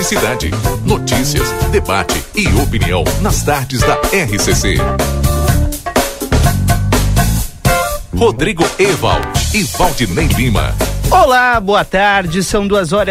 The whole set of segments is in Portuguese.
cidade. Notícias, debate e opinião nas tardes da RCC. Rodrigo Ewald e Valdinei Lima. Olá, boa tarde, são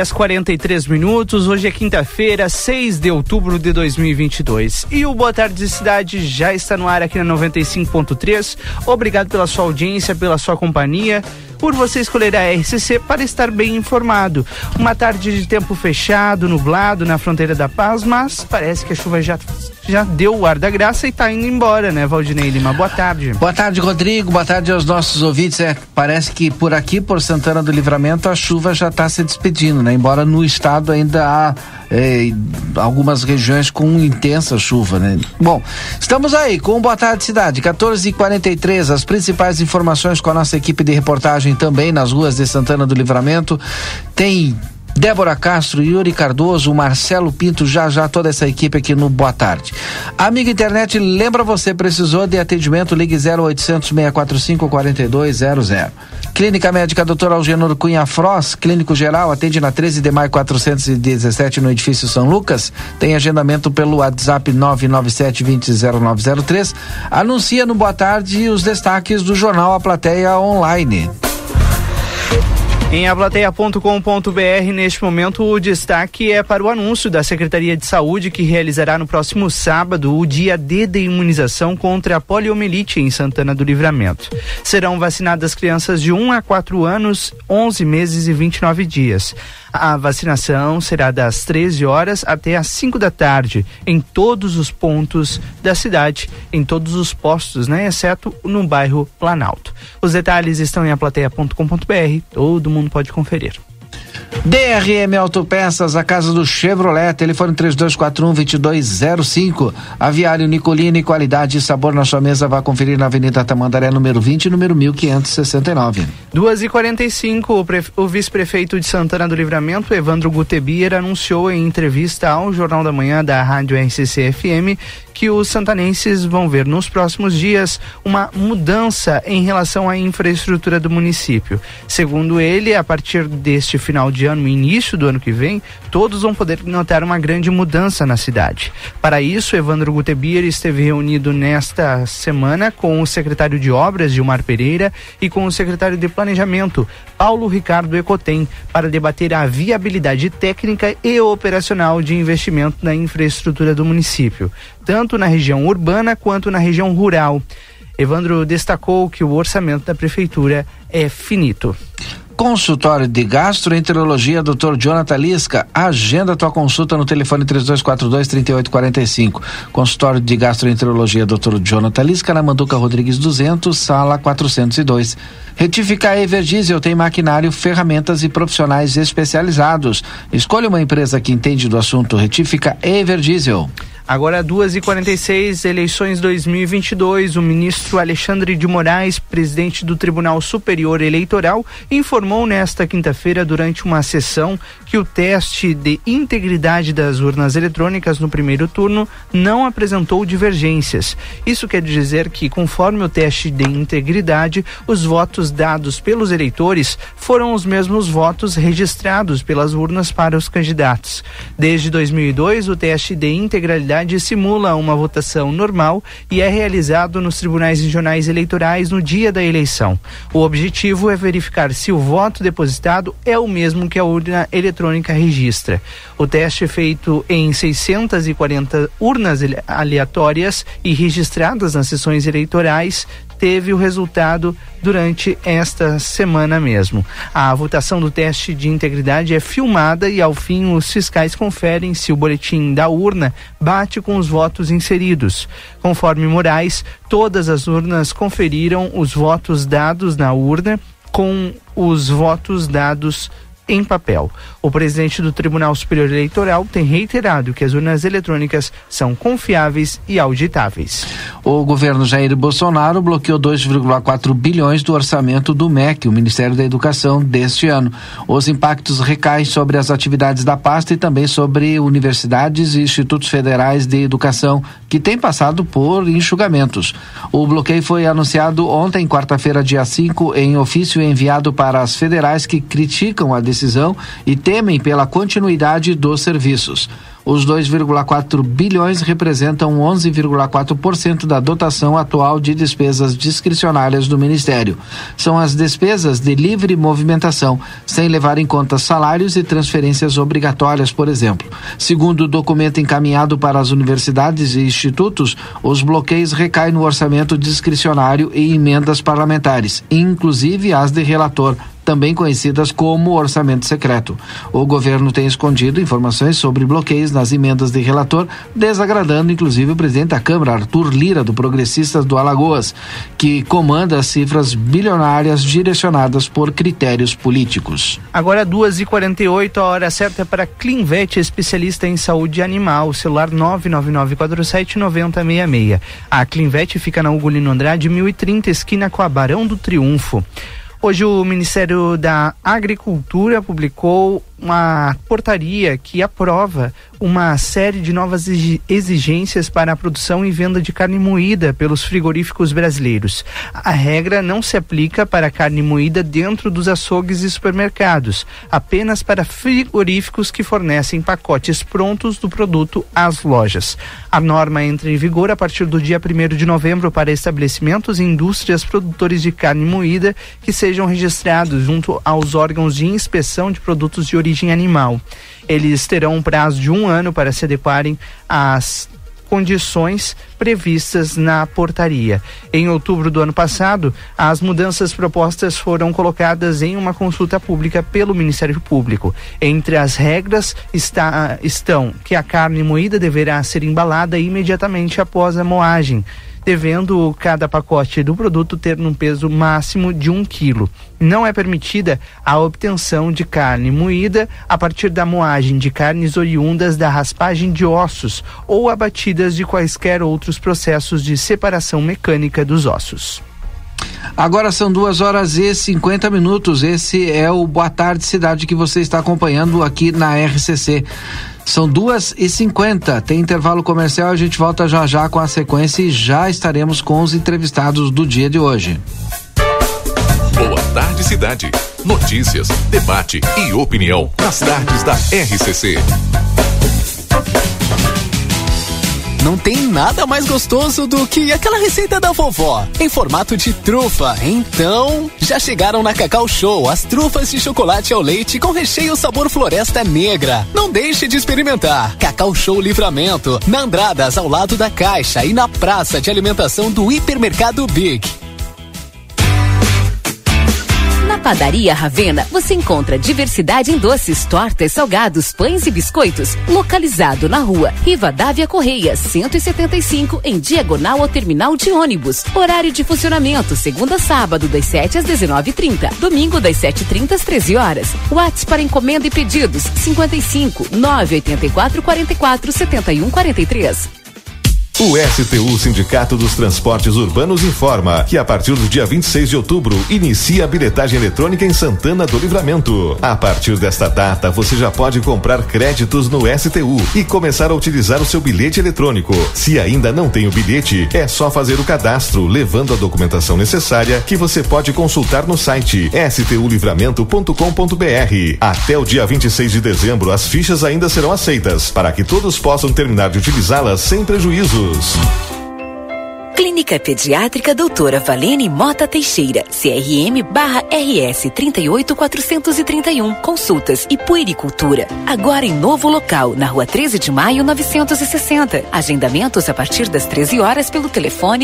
2h43. Hoje é quinta-feira, 6 de outubro de 2022. E o Boa Tarde Cidade já está no ar aqui na 95.3. Obrigado pela sua audiência, pela sua companhia, por você escolher a RCC para estar bem informado. Uma tarde de tempo fechado, nublado na fronteira da paz, mas parece que a chuva já deu o ar da graça e está indo embora, né, Valdinei Lima? Boa tarde. Boa tarde, Rodrigo. Boa tarde aos nossos ouvintes. Parece que por aqui, por Santana do Livramento, a chuva já está se despedindo, né? Embora no estado ainda há algumas regiões com intensa chuva, né? Bom, estamos aí com o Boa Tarde Cidade, 14h43, as principais informações com a nossa equipe de reportagem também nas ruas de Santana do Livramento. Tem Débora Castro, Yuri Cardoso, Marcelo Pinto, já toda essa equipe aqui no Boa Tarde. Amiga internet, lembra você, precisou de atendimento, ligue 0800 645 4200. Clínica Médica Dr. Algenor Cunha Froz, clínico geral, atende na 13 de maio 417 no edifício São Lucas. Tem agendamento pelo WhatsApp 997-200903. Anuncia no Boa Tarde os destaques do jornal A Plateia Online. Em aplateia.com.br, neste momento, o destaque é para o anúncio da Secretaria de Saúde, que realizará no próximo sábado o dia D de imunização contra a poliomielite em Santana do Livramento. Serão vacinadas crianças de 1 a 4 anos, 11 meses e 29 dias. A vacinação será das 13 horas até às 5 da tarde, em todos os pontos da cidade, em todos os postos, né? Exceto no bairro Planalto. Os detalhes estão em aplateia.com.br, todo mundo pode conferir. DRM Autopeças, a casa do Chevrolet, telefone 3241-2205. Aviário Nicolini, qualidade e sabor na sua mesa. Vá conferir na Avenida Tamandaré, número 20, número 1569. 2h45, o vice-prefeito de Santana do Livramento, Evandro Gutebier, anunciou em entrevista ao Jornal da Manhã da Rádio RCC-FM que os santanenses vão ver nos próximos dias uma mudança em relação à infraestrutura do município. Segundo ele, a partir deste final de ano, início do ano que vem, todos vão poder notar uma grande mudança na cidade. Para isso, Evandro Gutebier esteve reunido nesta semana com o secretário de Obras, Gilmar Pereira, e com o secretário de Planejamento, Paulo Ricardo Ecotem, para debater a viabilidade técnica e operacional de investimento na infraestrutura do município, tanto na região urbana quanto na região rural. Evandro destacou que o orçamento da prefeitura é finito. Consultório de Gastroenterologia, Dr. Jonathan Lisca. Agenda tua consulta no telefone 3242-3845. Consultório de Gastroenterologia, Dr. Jonathan Lisca, na Manduca Rodrigues 200, sala 402. Retificar Everdiesel tem maquinário, ferramentas e profissionais especializados. Escolha uma empresa que entende do assunto. Retifica Everdiesel. Agora 2h46, eleições 2022, o ministro Alexandre de Moraes, presidente do Tribunal Superior Eleitoral, informou nesta quinta-feira, durante uma sessão, que o teste de integridade das urnas eletrônicas no primeiro turno não apresentou divergências. Isso quer dizer que, conforme o teste de integridade, os votos dados pelos eleitores foram os mesmos votos registrados pelas urnas para os candidatos. Desde 2002, o teste de integralidade simula uma votação normal e é realizado nos tribunais regionais eleitorais no dia da eleição. O objetivo é verificar se o voto depositado é o mesmo que a urna eletrônica registra. O teste é feito em 640 urnas aleatórias e registradas nas sessões eleitorais, teve o resultado durante esta semana mesmo. A votação do teste de integridade é filmada e, ao fim, os fiscais conferem se o boletim da urna bate com os votos inseridos. Conforme Moraes, todas as urnas conferiram os votos dados na urna com os votos dados em papel. O presidente do Tribunal Superior Eleitoral tem reiterado que as urnas eletrônicas são confiáveis e auditáveis. O governo Jair Bolsonaro bloqueou 2,4 bilhões do orçamento do MEC, o Ministério da Educação, deste ano. Os impactos recaem sobre as atividades da pasta e também sobre universidades e institutos federais de educação, que têm passado por enxugamentos. O bloqueio foi anunciado ontem, quarta-feira, dia 5, em ofício enviado para as federais que criticam a decisão decisão e temem pela continuidade dos serviços. Os 2,4 bilhões representam 11,4% da dotação atual de despesas discricionárias do Ministério. São as despesas de livre movimentação, sem levar em conta salários e transferências obrigatórias, por exemplo. Segundo o documento encaminhado para as universidades e institutos, os bloqueios recaem no orçamento discricionário e emendas parlamentares, inclusive as de relator, também conhecidas como orçamento secreto. O governo tem escondido informações sobre bloqueios nas emendas de relator, desagradando inclusive o presidente da Câmara, Arthur Lira, do Progressistas do Alagoas, que comanda as cifras bilionárias direcionadas por critérios políticos. Agora 2h48, a hora certa para Clinvet, especialista em saúde animal, celular 999479066. A Clinvet fica na Ugolino Andrade, 1030, esquina com a Barão do Triunfo. Hoje o Ministério da Agricultura publicou uma portaria que aprova uma série de novas exigências para a produção e venda de carne moída pelos frigoríficos brasileiros. A regra não se aplica para carne moída dentro dos açougues e supermercados, apenas para frigoríficos que fornecem pacotes prontos do produto às lojas. A norma entra em vigor a partir do dia 1º de novembro para estabelecimentos e indústrias produtores de carne moída que sejam registrados junto aos órgãos de inspeção de produtos de origem animal. Eles terão um prazo de 1 ano para se adequarem às condições previstas na portaria. Em outubro do ano passado, as mudanças propostas foram colocadas em uma consulta pública pelo Ministério Público. Entre as regras estão que a carne moída deverá ser embalada imediatamente após a moagem, devendo cada pacote do produto ter um peso máximo de 1 quilo. Não é permitida a obtenção de carne moída a partir da moagem de carnes oriundas da raspagem de ossos ou abatidas de quaisquer outros processos de separação mecânica dos ossos. Agora são 2h50. Esse é o Boa Tarde Cidade que você está acompanhando aqui na RCC. São 2h50, tem intervalo comercial, a gente volta já com a sequência e já estaremos com os entrevistados do dia de hoje. Boa Tarde Cidade. Notícias, debate e opinião nas tardes da RCC. Não tem nada mais gostoso do que aquela receita da vovó, em formato de trufa. Então, já chegaram na Cacau Show as trufas de chocolate ao leite com recheio sabor Floresta Negra. Não deixe de experimentar. Cacau Show Livramento, na Andradas, ao lado da Caixa e na praça de alimentação do Hipermercado Big. Na Padaria Ravena, você encontra diversidade em doces, tortas, salgados, pães e biscoitos. Localizado na rua Rivadavia Correia, 175, em diagonal ao terminal de ônibus. Horário de funcionamento, segunda a sábado, das 7 às 19h30. Domingo, das 7h30 às 13 horas. WhatsApp para encomenda e pedidos, 55 984 44 71 43. O STU Sindicato dos Transportes Urbanos informa que a partir do dia 26 de outubro inicia a bilhetagem eletrônica em Santana do Livramento. A partir desta data, você já pode comprar créditos no STU e começar a utilizar o seu bilhete eletrônico. Se ainda não tem o bilhete, é só fazer o cadastro, levando a documentação necessária que você pode consultar no site stulivramento.com.br. Até o dia 26 de dezembro, as fichas ainda serão aceitas, para que todos possam terminar de utilizá-las sem prejuízo. Clínica Pediátrica Doutora Valene Mota Teixeira, CRM/RS 38431. Consultas e puericultura. Agora em novo local, na Rua 13 de Maio, 960. Agendamentos a partir das 13 horas pelo telefone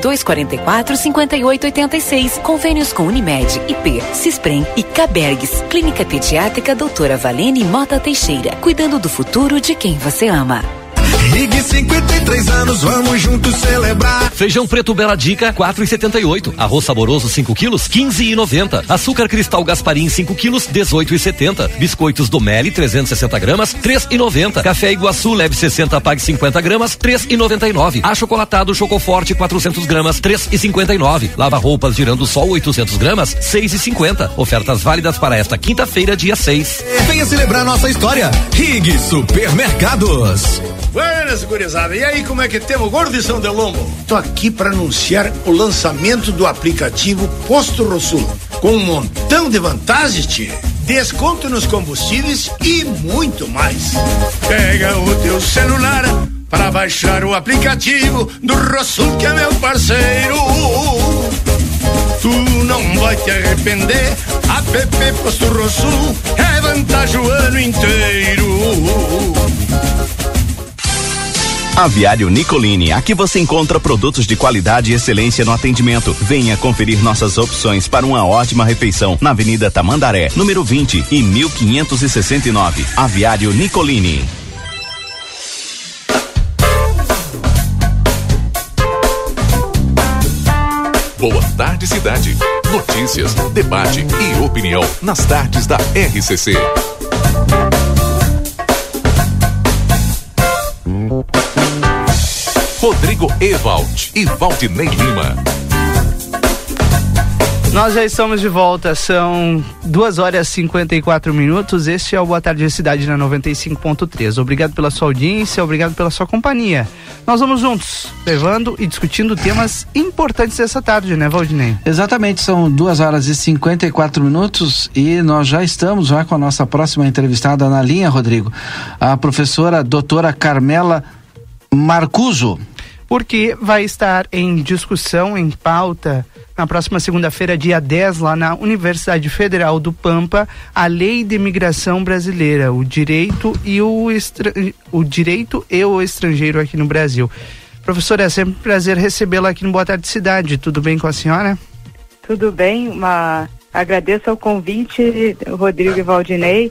3244-5886. Convênios com Unimed, IP, Cisprem e Cabergues. Clínica Pediátrica Doutora Valene Mota Teixeira. Cuidando do futuro de quem você ama. RIG 53 anos, vamos juntos celebrar. Feijão preto Bela Dica, 4,78. Arroz saboroso 5 quilos, 15,90. Açúcar cristal Gasparim 5 quilos, 18,70. Biscoitos do Meli 360 gramas, 3,90. Café Iguaçu leve 60, pague 50 gramas, 3,99. Achocolatado Chocoforte 400 gramas, 3,59. Lava roupas Girando Sol 800 gramas, 6,50. Ofertas válidas para esta quinta-feira, dia 6. Venha celebrar nossa história. RIG Supermercados. Buenas, gurizada. E aí, como é que temos, gordo de São Delombo? Tô aqui para anunciar o lançamento do aplicativo Posto Rosul, com um montão de vantagens, tchê. desconto nos combustíveis e muito mais. Pega o teu celular para baixar o aplicativo do Rosul, que é meu parceiro. Tu não vai te arrepender. App Posto Rosul é vantagem o ano inteiro. Aviário Nicolini, aqui você encontra produtos de qualidade e excelência no atendimento. Venha conferir nossas opções para uma ótima refeição na Avenida Tamandaré, número 20 e 1569. Aviário Nicolini. Boa Tarde Cidade. Notícias, debate e opinião nas tardes da RCC. Rodrigo Ewald e Valdinei Lima. Nós já estamos de volta, são 2h54. Este é o Boa Tarde Cidade na 95.3. Obrigado pela sua audiência, obrigado pela sua companhia. Nós vamos juntos, levando e discutindo temas importantes dessa tarde, né, Valdinei? Exatamente, são 2h54 e nós já estamos com a nossa próxima entrevistada na linha, Rodrigo, a professora doutora Carmela Marcuso. Porque vai estar em discussão, em pauta, na próxima segunda-feira, dia 10, lá na Universidade Federal do Pampa, a Lei de Imigração Brasileira, o direito e o estrangeiro aqui no Brasil. Professora, é sempre um prazer recebê-la aqui no Boa Tarde Cidade. Tudo bem com a senhora? Tudo bem, agradeço ao convite, Rodrigo e Valdinei.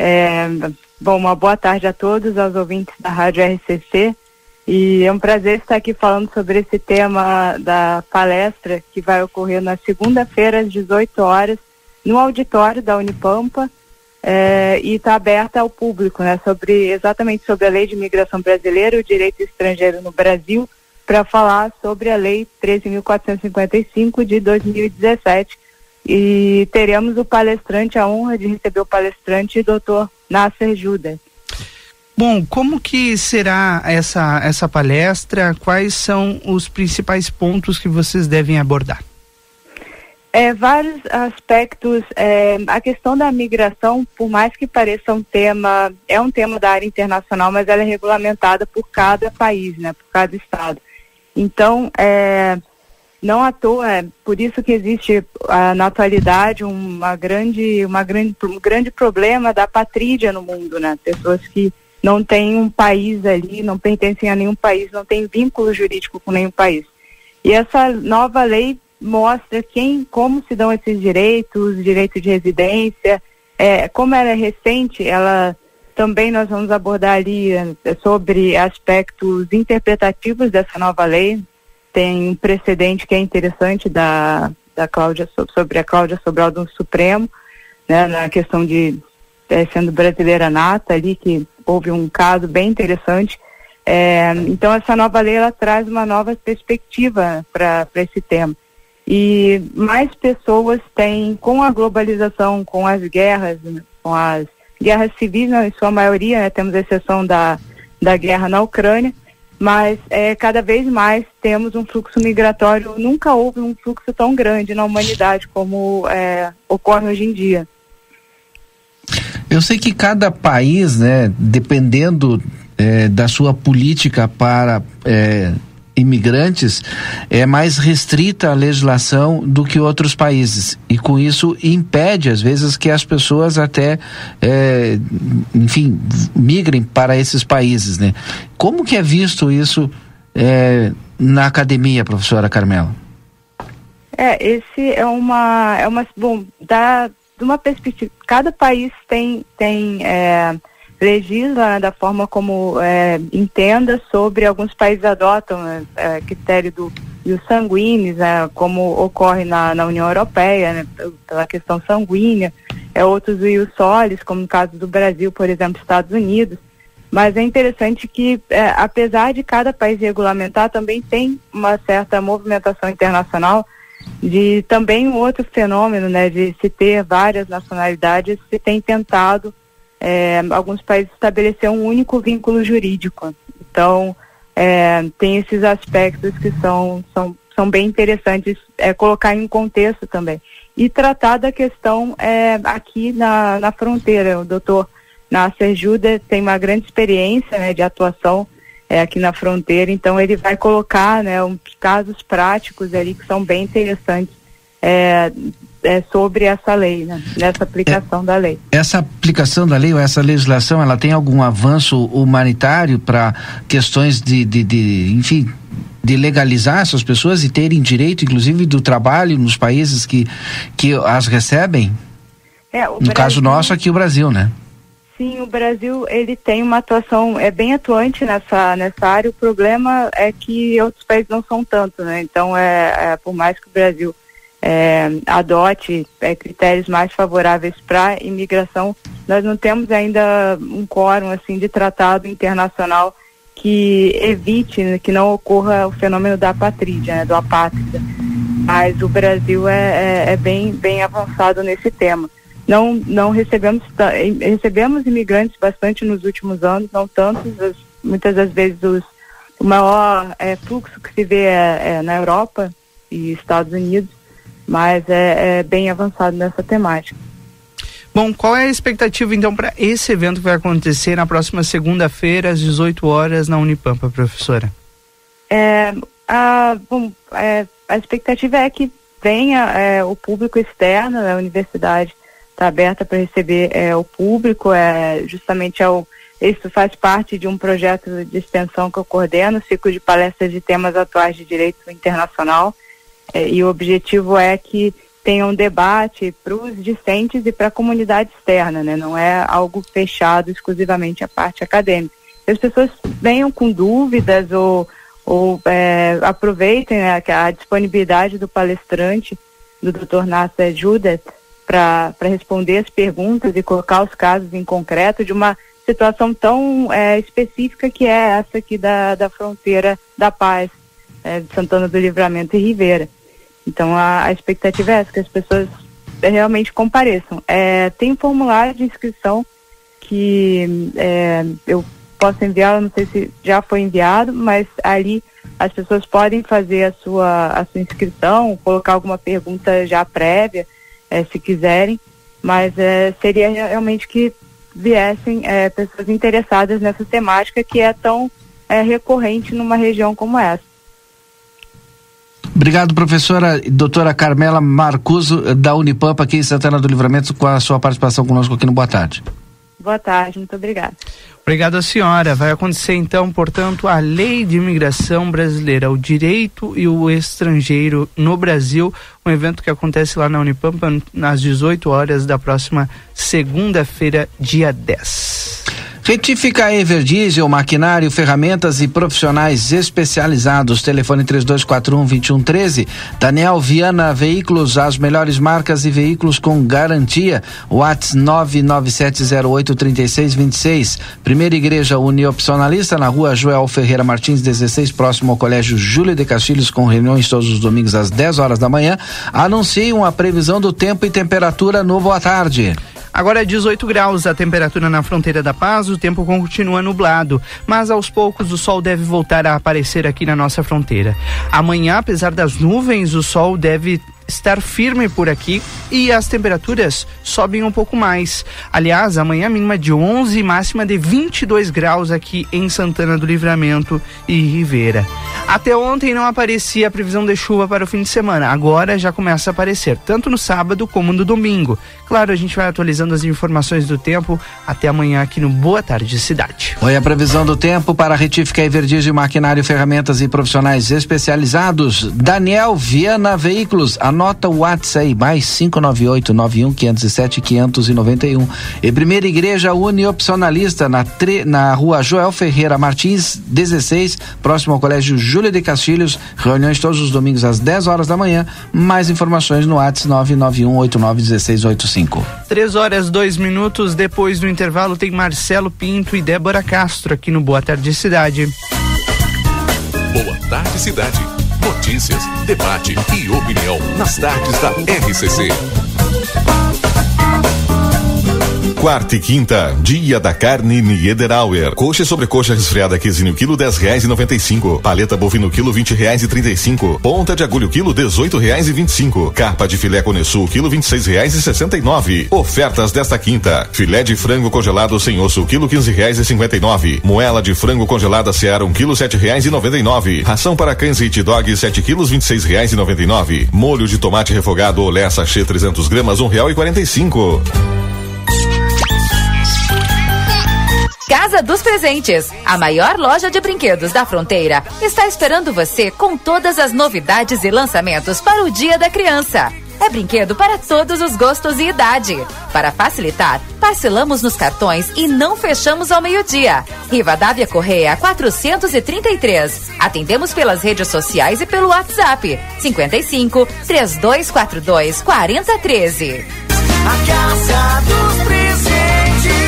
Uma boa tarde a todos, aos ouvintes da Rádio RCC. E é um prazer estar aqui falando sobre esse tema da palestra que vai ocorrer na segunda-feira às 18 horas no auditório da Unipampa, e está aberta ao público, né, exatamente sobre a Lei de Imigração Brasileira e o Direito Estrangeiro no Brasil, para falar sobre a Lei 13.455 de 2017. E teremos a honra de receber o palestrante, Dr. Nasser Judas. Bom, como que será essa palestra? Quais são os principais pontos que vocês devem abordar? Vários aspectos. A questão da migração, por mais que pareça um tema da área internacional, mas ela é regulamentada por cada país, né, por cada estado. Então, não à toa, por isso que existe na atualidade um grande problema da apatrídia no mundo, né? Pessoas que não têm um país ali, não pertencem a nenhum país, não têm vínculo jurídico com nenhum país. E essa nova lei mostra como se dão esses direitos, direito de residência, como ela é recente, também nós vamos abordar ali sobre aspectos interpretativos dessa nova lei. Tem um precedente que é interessante sobre a Cláudia Sobral do Supremo, né, na questão de sendo brasileira nata ali, que houve um caso bem interessante. Então essa nova lei, ela traz uma nova perspectiva para esse tema. E mais pessoas têm, com a globalização, com as guerras, né, com as guerras civis, né, em sua maioria, né, temos a exceção da guerra na Ucrânia, mas cada vez mais temos um fluxo migratório. Nunca houve um fluxo tão grande na humanidade como ocorre hoje em dia. Eu sei que cada país, né, dependendo da sua política para imigrantes, é mais restrita a legislação do que outros países, e com isso impede às vezes que as pessoas até migrem para esses países, né? Como que é visto isso na academia, professora Carmela? Esse é de uma perspectiva, cada país legisla, né, da forma como entenda sobre. Alguns países adotam critério do ius sanguinis, como ocorre na União Europeia, né, pela questão sanguínea, outros o ius solis, como no caso do Brasil, por exemplo, Estados Unidos. Mas é interessante que, apesar de cada país regulamentar, também tem uma certa movimentação internacional de também um outro fenômeno, né, de se ter várias nacionalidades. Se tem tentado alguns países estabelecer um único vínculo jurídico. Então, tem esses aspectos que são bem interessantes colocar em um contexto também. e tratar da questão aqui na fronteira. O doutor Nasser Judet tem uma grande experiência, né, de atuação aqui na fronteira, então ele vai colocar, né, uns casos práticos ali que são bem interessantes sobre essa lei, né, nessa aplicação da lei. Essa aplicação da lei ou essa legislação, ela tem algum avanço humanitário para questões enfim, de legalizar essas pessoas e terem direito, inclusive, do trabalho nos países que as recebem? No caso nosso aqui, o Brasil, né? Sim, o Brasil, ele tem uma atuação bem atuante nessa área. O problema é que outros países não são tanto, né? Então, por mais que o Brasil adote critérios mais favoráveis para imigração, nós não temos ainda um quórum assim de tratado internacional que evite, né, que não ocorra o fenômeno da apatrídia, né, do apátrida. Mas o Brasil é bem avançado nesse tema. Não recebemos imigrantes bastante nos últimos anos, não tantos, muitas das vezes o maior fluxo que se vê na Europa e Estados Unidos, mas é bem avançado nessa temática. Bom, qual é a expectativa então para esse evento que vai acontecer na próxima segunda-feira às 18 horas na Unipampa, professora? A expectativa é que venha o público externo, a universidade está aberta para receber o público, justamente isso faz parte de um projeto de extensão que eu coordeno, ciclo de palestras de temas atuais de direito internacional, e o objetivo é que tenha um debate para os discentes e para a comunidade externa, né? Não é algo fechado exclusivamente à parte acadêmica. As pessoas venham com dúvidas ou aproveitem, né, a disponibilidade do palestrante, do Dr. Nasser Judet, para responder as perguntas e colocar os casos em concreto de uma situação tão específica que é essa aqui da fronteira da paz, de Santana do Livramento e Rivera. Então a expectativa é essa, que as pessoas realmente compareçam. Tem um formulário de inscrição que eu posso enviar, eu não sei se já foi enviado, mas ali as pessoas podem fazer a sua inscrição, colocar alguma pergunta já prévia, se quiserem, mas seria realmente que viessem pessoas interessadas nessa temática que é tão recorrente numa região como essa. Obrigado, professora doutora Carmela Marcuso, da Unipampa, aqui em Santana do Livramento, com a sua participação conosco aqui no Boa Tarde. Boa tarde, muito obrigada. Obrigado à senhora. Vai acontecer então, portanto, a Lei de Imigração Brasileira, o direito e o estrangeiro no Brasil, um evento que acontece lá na Unipampa às 18 horas da próxima segunda-feira, dia 10. Retifica a Everdiesel, maquinário, ferramentas e profissionais especializados. Telefone 3241-2113. Daniel Viana Veículos, as melhores marcas e veículos com garantia. WhatsApp 997083626. Primeira Igreja Uniopcionalista, na rua Joel Ferreira Martins 16, próximo ao Colégio Júlio de Castilhos, com reuniões todos os domingos às 10 horas da manhã. Anunciam a previsão do tempo e temperatura no Boa Tarde. Agora é 18 graus a temperatura na fronteira da Paz, o tempo continua nublado, mas aos poucos o sol deve voltar a aparecer aqui na nossa fronteira. Amanhã, apesar das nuvens, o sol deve estar firme por aqui e as temperaturas sobem um pouco mais. Aliás, amanhã mínima de 11 e máxima de 22 graus aqui em Santana do Livramento e Rivera. Até ontem não aparecia a previsão de chuva para o fim de semana, agora já começa a aparecer, tanto no sábado como no domingo. Claro, a gente vai atualizando as informações do tempo até amanhã aqui no Boa Tarde Cidade. Oi, a previsão do tempo para Retifica Everdiesel, maquinário, ferramentas e profissionais especializados. Daniel Viana Veículos, anota o WhatsApp aí, mais 598-91-507-591. E Primeira Igreja Uniopcionalista, na rua Joel Ferreira Martins 16, próximo ao Colégio Júlio de Castilhos, reuniões todos os domingos às 10 horas da manhã. Mais informações no WhatsApp 991-891685. 3 horas 2 minutos depois do intervalo tem Marcelo Pinto e Débora Castro aqui no Boa Tarde Cidade. Boa Tarde Cidade. Notícias, debate e opinião nas tardes da RCC. Quarta e quinta, dia da carne Niederauer. Coxa e sobrecoxa resfriada quesinho quilo R$10,95. Paleta bovino quilo R$20,35. Ponta de agulho quilo R$18,25. Carpa de filé Conesul quilo R$26,69. Ofertas desta quinta: filé de frango congelado sem osso quilo R$15,59. Moela de frango congelada Seara 1 quilo R$7,99. Ração para cães Hit Dog 7 quilos R$26,99. Molho de tomate refogado Olé sachê 300 gramas R$1,45. Casa dos Presentes, a maior loja de brinquedos da fronteira, está esperando você com todas as novidades e lançamentos para o Dia da Criança. É brinquedo para todos os gostos e idade. Para facilitar, parcelamos nos cartões e não fechamos ao meio-dia. Rivadavia Correia 433. Atendemos pelas redes sociais e pelo WhatsApp 55 3242 4013. A Casa dos Presentes.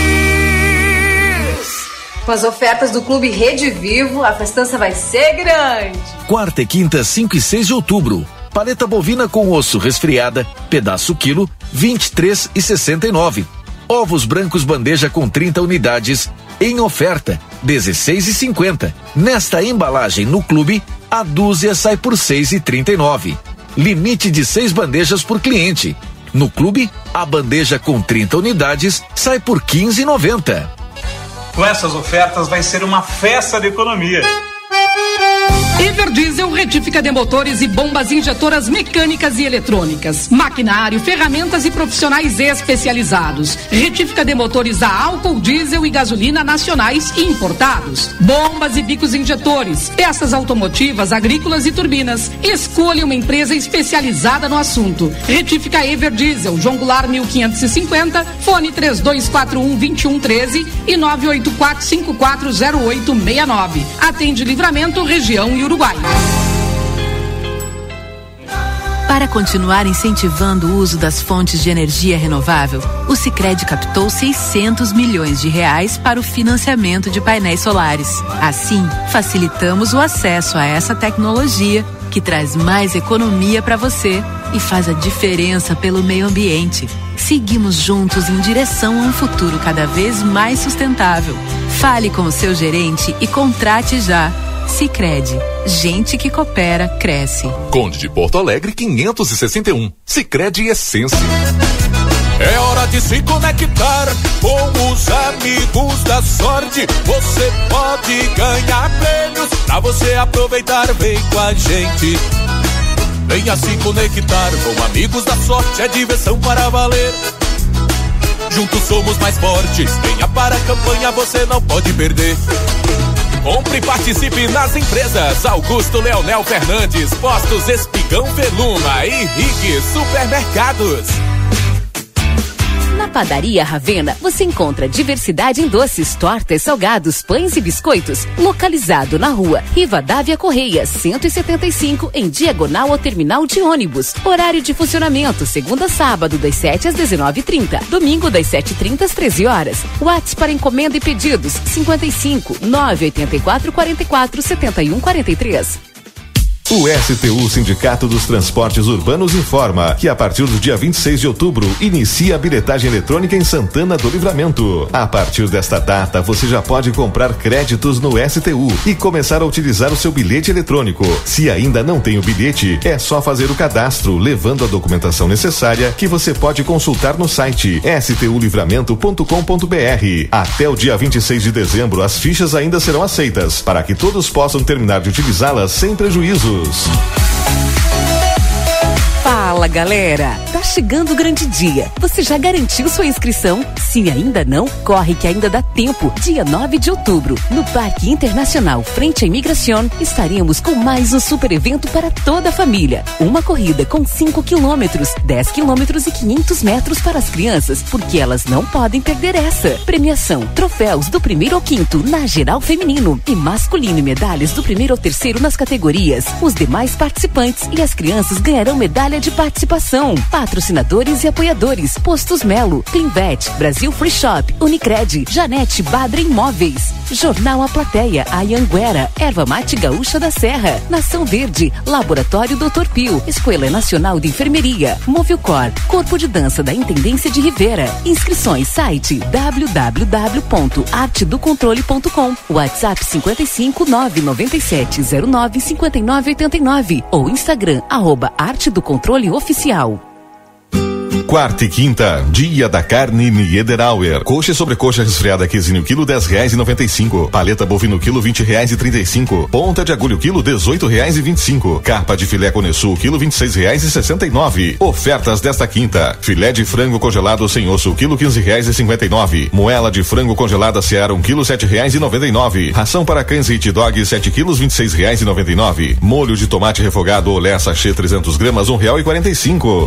Com as ofertas do Clube Rede Vivo, a festança vai ser grande. Quarta e quinta, 5 e 6 de outubro. Paleta bovina com osso resfriada, pedaço quilo, R$23,69. Ovos brancos bandeja com 30 unidades, em oferta, R$16,50. Nesta embalagem no clube, a dúzia sai por R$6,39. Limite de 6 bandejas por cliente. No clube, a bandeja com 30 unidades sai por R$15,90. Com essas ofertas vai ser uma festa de economia. Everdiesel retífica de motores e bombas injetoras mecânicas e eletrônicas, maquinário, ferramentas e profissionais especializados. Retífica de motores a álcool, diesel e gasolina nacionais e importados. Bombas e bicos injetores, peças automotivas, agrícolas e turbinas. Escolha uma empresa especializada no assunto. Retífica Everdiesel, João Goulart 1550, fone 3241-2113 e 984540869. Atende Livramento, região e Uruguai. Para continuar incentivando o uso das fontes de energia renovável, o Sicredi captou R$600 milhões para o financiamento de painéis solares. Assim, facilitamos o acesso a essa tecnologia que traz mais economia para você e faz a diferença pelo meio ambiente. Seguimos juntos em direção a um futuro cada vez mais sustentável. Fale com o seu gerente e contrate já. Sicredi, gente que coopera, cresce. Conde de Porto Alegre 561. Sicredi Essência. É hora de se conectar com os amigos da sorte. Você pode ganhar prêmios pra você aproveitar. Vem com a gente. Venha se conectar com amigos da sorte. É diversão para valer. Juntos somos mais fortes. Venha para a campanha, você não pode perder. Compre e participe nas empresas Augusto Leonel Fernandes, Postos Espigão Veluma e Rig Supermercados. Na Padaria Ravena, você encontra diversidade em doces, tortas, salgados, pães e biscoitos. Localizado na rua Rivadavia Correia, 175, em diagonal ao terminal de ônibus. Horário de funcionamento, segunda a sábado, das 7 às 19h30. Domingo, das 7h30 às 13 horas. WhatsApp para encomenda e pedidos, 55 984 44 71 43. O STU Sindicato dos Transportes Urbanos informa que a partir do dia 26 de outubro inicia a bilhetagem eletrônica em Santana do Livramento. A partir desta data, você já pode comprar créditos no STU e começar a utilizar o seu bilhete eletrônico. Se ainda não tem o bilhete, é só fazer o cadastro, levando a documentação necessária que você pode consultar no site stulivramento.com.br. Até o dia 26 de dezembro, as fichas ainda serão aceitas, para que todos possam terminar de utilizá-las sem prejuízo. Fala, galera! Tá chegando o grande dia. Você já garantiu sua inscrição? Se ainda não, corre que ainda dá tempo. Dia 9 de outubro, no Parque Internacional Frente à Imigração, estaremos com mais um super evento para toda a família. Uma corrida com 5 quilômetros, 10 quilômetros e 500 metros para as crianças, porque elas não podem perder essa. Premiação, troféus do 1º ao 5º na geral feminino e masculino e medalhas do 1º ao 3º nas categorias. Os demais participantes e as crianças ganharão medalha de participação Participação, patrocinadores e apoiadores: Postos Melo, Clinvet, Brasil Free Shop, Unicred, Janete Badra Imóveis, Jornal A Plateia, Anhanguera, Erva Mate Gaúcha da Serra, Nação Verde, Laboratório Dr. Pio, Escola Nacional de Enfermeria, Movilcor, Corpo de Dança da Intendência de Rivera. Inscrições site www.artedocontrole.com, WhatsApp 55 997 09 59 89 ou Instagram @Arte do Controle Oficial. Quarta e quinta, dia da carne Niederauer. Coxa e sobrecoxa resfriada quesinho quilo R$10,95. Paleta bovino quilo R$20,35. Ponta de agulho quilo R$18,25. Capa de filé Conesul quilo R$26,69. Ofertas desta quinta: filé de frango congelado sem osso quilo R$15,59. Moela de frango congelada Seara 1 quilo R$7,99. Ração para cães Hit Dog 7 quilos R$26,99. Molho de tomate refogado Olé sachê 300 gramas R$1,45.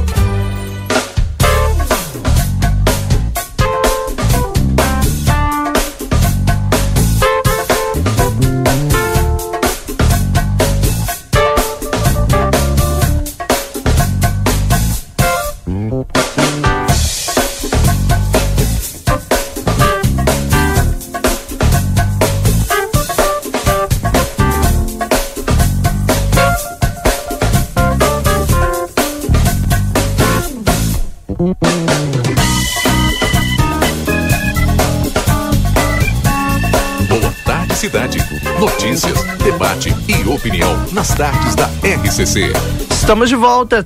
Cidade. Notícias, debate e opinião nas tardes da RCC. Estamos de volta,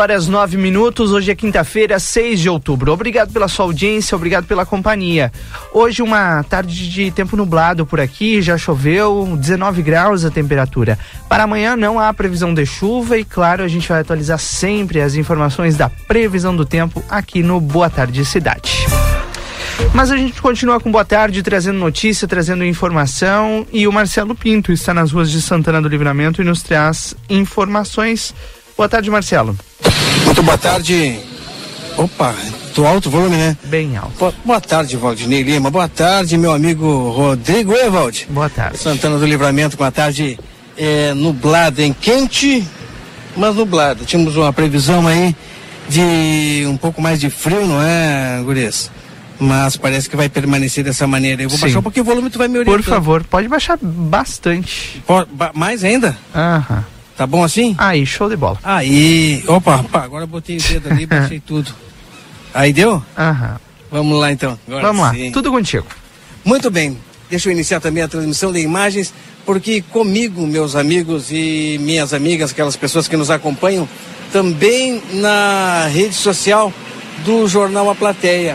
3h09. Hoje é quinta-feira, 6 de outubro. Obrigado pela sua audiência, obrigado pela companhia. Hoje uma tarde de tempo nublado por aqui, já choveu, 19 graus a temperatura. Para amanhã não há previsão de chuva e, claro, a gente vai atualizar sempre as informações da previsão do tempo aqui no Boa Tarde Cidade. Mas a gente continua com Boa Tarde, trazendo notícia, trazendo informação, e o Marcelo Pinto está nas ruas de Santana do Livramento e nos traz informações. Boa tarde, Marcelo. Muito boa tarde. Opa, tô alto o volume, né? Bem alto. Boa tarde, Valdinei Lima. Boa tarde, meu amigo Rodrigo Evald. Boa tarde. Santana do Livramento com a tarde nublada, quente, mas nublada. Tínhamos uma previsão aí de um pouco mais de frio, não é, guris? Mas parece que vai permanecer dessa maneira. Eu vou baixar um pouquinho o volume, tu vai me orientar. Por favor, pode baixar bastante. Mais ainda? Aham. Tá bom assim? Aí, show de bola. Aí, opa, agora eu botei o dedo ali e baixei tudo. Aí deu? Aham. Vamos lá então. Agora vamos sim. lá, tudo contigo. Muito bem, deixa eu iniciar também a transmissão de imagens, porque comigo, meus amigos e minhas amigas, aquelas pessoas que nos acompanham, também na rede social do Jornal A Plateia.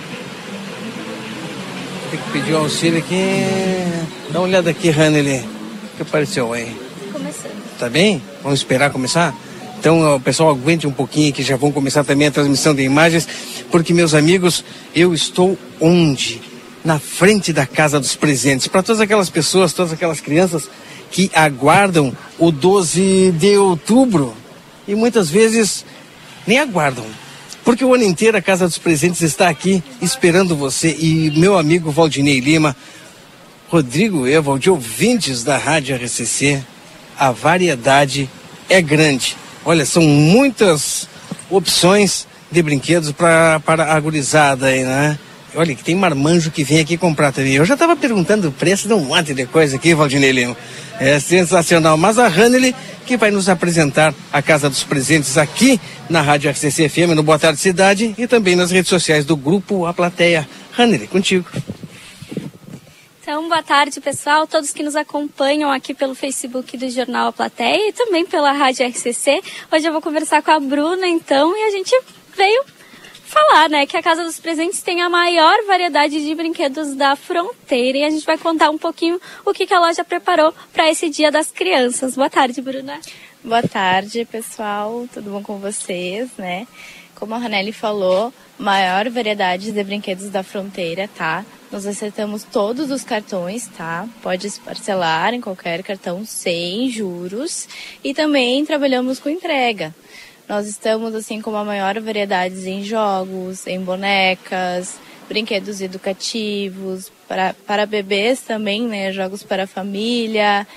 Tem que pedir um auxílio aqui. Dá uma olhada aqui, Hanely. O que apareceu aí? Começando. Tá bem? Vamos esperar começar? Então, o pessoal aguente um pouquinho que já vão começar também a transmissão de imagens, porque, meus amigos, eu estou onde? Na frente da Casa dos Presentes. Para todas aquelas pessoas, todas aquelas crianças que aguardam o 12 de outubro e muitas vezes nem aguardam. Porque o ano inteiro a Casa dos Presentes está aqui esperando você e meu amigo Valdinei Lima, Rodrigo Evald, ouvintes da Rádio RCC, a variedade é grande. Olha, são muitas opções de brinquedos para a gurizada aí, né? Olha, que tem marmanjo que vem aqui comprar também. Eu já estava perguntando o preço de um monte de coisa aqui, Valdinei Lima. É sensacional. Mas a Hanely, que vai nos apresentar a Casa dos Presentes aqui na Rádio RCC FM, no Boa Tarde Cidade, e também nas redes sociais do Grupo A Plateia. Hanely, contigo. Então, boa tarde, pessoal, todos que nos acompanham aqui pelo Facebook do Jornal A Plateia e também pela Rádio RCC. Hoje eu vou conversar com a Bruna, então, e a gente veio falar, né, que a Casa dos Presentes tem a maior variedade de brinquedos da fronteira e a gente vai contar um pouquinho o que a loja preparou para esse Dia das Crianças. Boa tarde, Bruna. Boa tarde, pessoal, tudo bom com vocês, né? Como a Hanely falou, maior variedade de brinquedos da fronteira, tá? Nós aceitamos todos os cartões, tá? Pode parcelar em qualquer cartão sem juros e também trabalhamos com entrega. Nós estamos, assim, com a maior variedade em jogos, em bonecas, brinquedos educativos, para bebês também, né? Jogos para a família,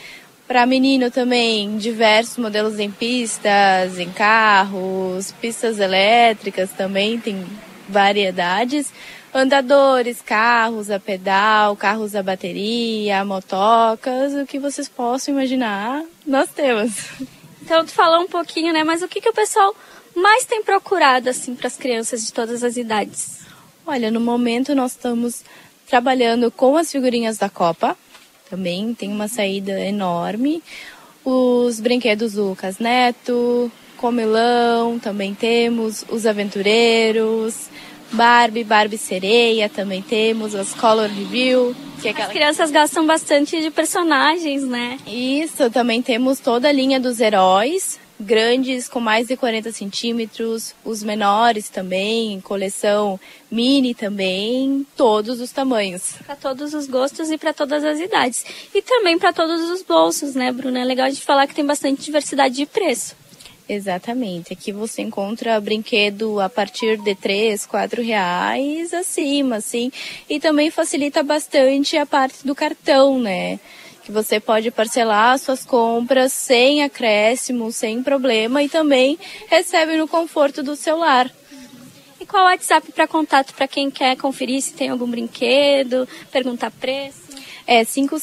Para menino também, diversos modelos em pistas, em carros, pistas elétricas também, tem variedades. Andadores, carros a pedal, carros a bateria, motocas, o que vocês possam imaginar, nós temos. Então, tu falou um pouquinho, né? Mas o que o pessoal mais tem procurado, assim, para as crianças de todas as idades? Olha, no momento nós estamos trabalhando com as figurinhas da Copa. Também tem uma saída enorme. Os brinquedos do Lucas Neto, Comilão, também temos. Os Aventureiros, Barbie Sereia, também temos. As Color Review. Que é aquela... As crianças gostam bastante de personagens, né? Isso, também temos toda a linha dos heróis. Grandes com mais de 40 centímetros, os menores também, coleção mini também, todos os tamanhos. Para todos os gostos e para todas as idades. E também para todos os bolsos, né, Bruna? É legal a gente falar que tem bastante diversidade de preço. Exatamente. Aqui você encontra brinquedo a partir de R$3, R$4 acima, assim. E também facilita bastante a parte do cartão, né? Que você pode parcelar suas compras sem acréscimo, sem problema e também recebe no conforto do celular. E qual o WhatsApp para contato para quem quer conferir se tem algum brinquedo, perguntar preço? É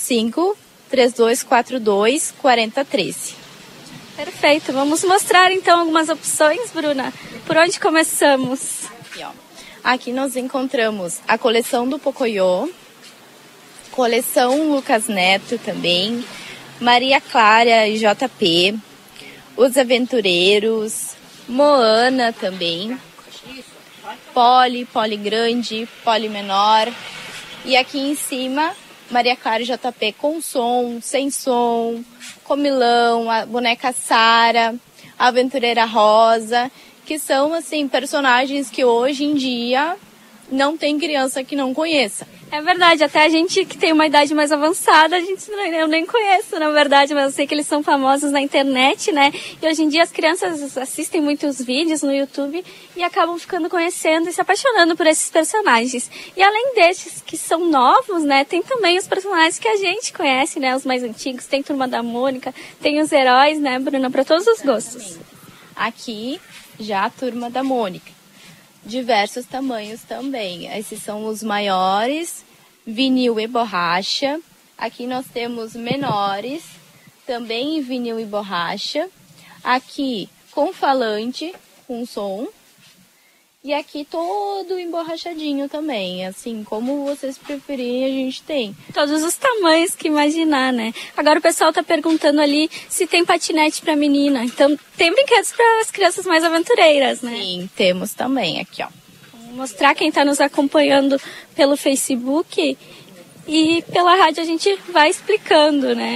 55-3242-4013. Perfeito. Vamos mostrar então algumas opções, Bruna. Por onde começamos? Aqui nós encontramos a coleção do Pocoyo, coleção Lucas Neto também, Maria Clara e JP, Os Aventureiros, Moana também, Poli grande, Poli menor. E aqui em cima, Maria Clara e JP com som, sem som, Comilão, a boneca Sara, a Aventureira Rosa, que são assim personagens que hoje em dia não tem criança que não conheça. É verdade, até a gente que tem uma idade mais avançada, eu nem conheço, na verdade, mas eu sei que eles são famosos na internet, né? E hoje em dia as crianças assistem muitos vídeos no YouTube e acabam ficando conhecendo e se apaixonando por esses personagens. E além desses que são novos, né, tem também os personagens que a gente conhece, né? Os mais antigos, tem Turma da Mônica, tem os heróis, né, Bruna, para todos os gostos. Aqui já a Turma da Mônica. Diversos tamanhos também. Esses são os maiores, vinil e borracha. Aqui nós temos menores, também em vinil e borracha. Aqui com falante, com som. E aqui todo emborrachadinho também. Assim, como vocês preferirem, a gente tem. Todos os tamanhos que imaginar, né? Agora o pessoal tá perguntando ali se tem patinete pra menina. Então, tem brinquedos para as crianças mais aventureiras, né? Sim, temos também aqui, ó. Vou mostrar quem tá nos acompanhando pelo Facebook e pela rádio a gente vai explicando, né?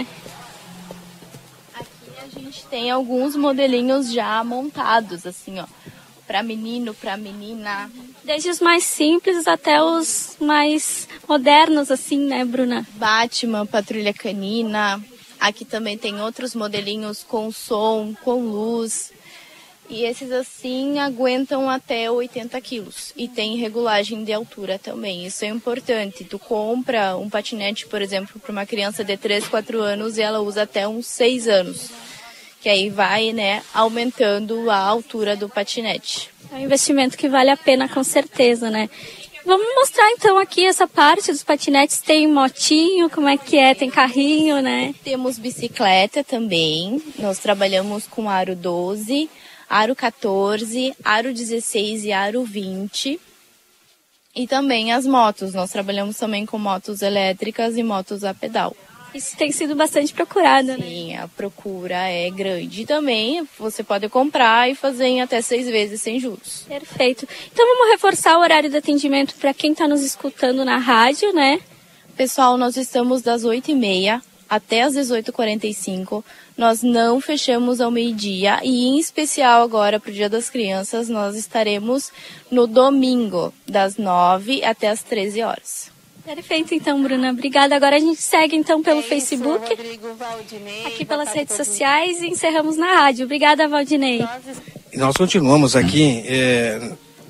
Aqui a gente tem alguns modelinhos já montados, assim, ó. Para menino, para menina. Desde os mais simples até os mais modernos, assim, né, Bruna? Batman, Patrulha Canina. Aqui também tem outros modelinhos com som, com luz. E esses, assim, aguentam até 80 quilos. E tem regulagem de altura também. Isso é importante. Tu compra um patinete, por exemplo, para uma criança de 3, 4 anos e ela usa até uns 6 anos. Que aí vai, né, aumentando a altura do patinete. É um investimento que vale a pena, com certeza, né? Vamos mostrar, então, aqui essa parte dos patinetes. Tem motinho, como é que é? Tem carrinho, né? Temos bicicleta também. Nós trabalhamos com aro 12, aro 14, aro 16 e aro 20. E também as motos. Nós trabalhamos também com motos elétricas e motos a pedal. Isso tem sido bastante procurado, né? Sim, a procura é grande. E também você pode comprar e fazer em até 6 vezes sem juros. Perfeito. Então vamos reforçar o horário de atendimento para quem está nos escutando na rádio, né? Pessoal, nós estamos das 8h30 até as 18h45. Nós não fechamos ao meio-dia e, em especial agora para o Dia das Crianças, nós estaremos no domingo, das 9 até as 13 horas. Perfeito, então, Bruna. Obrigada. Agora a gente segue, então, pelo Facebook, Rodrigo, Valdinei, aqui pelas redes sociais e encerramos na rádio. Obrigada, Valdinei. Nós continuamos aqui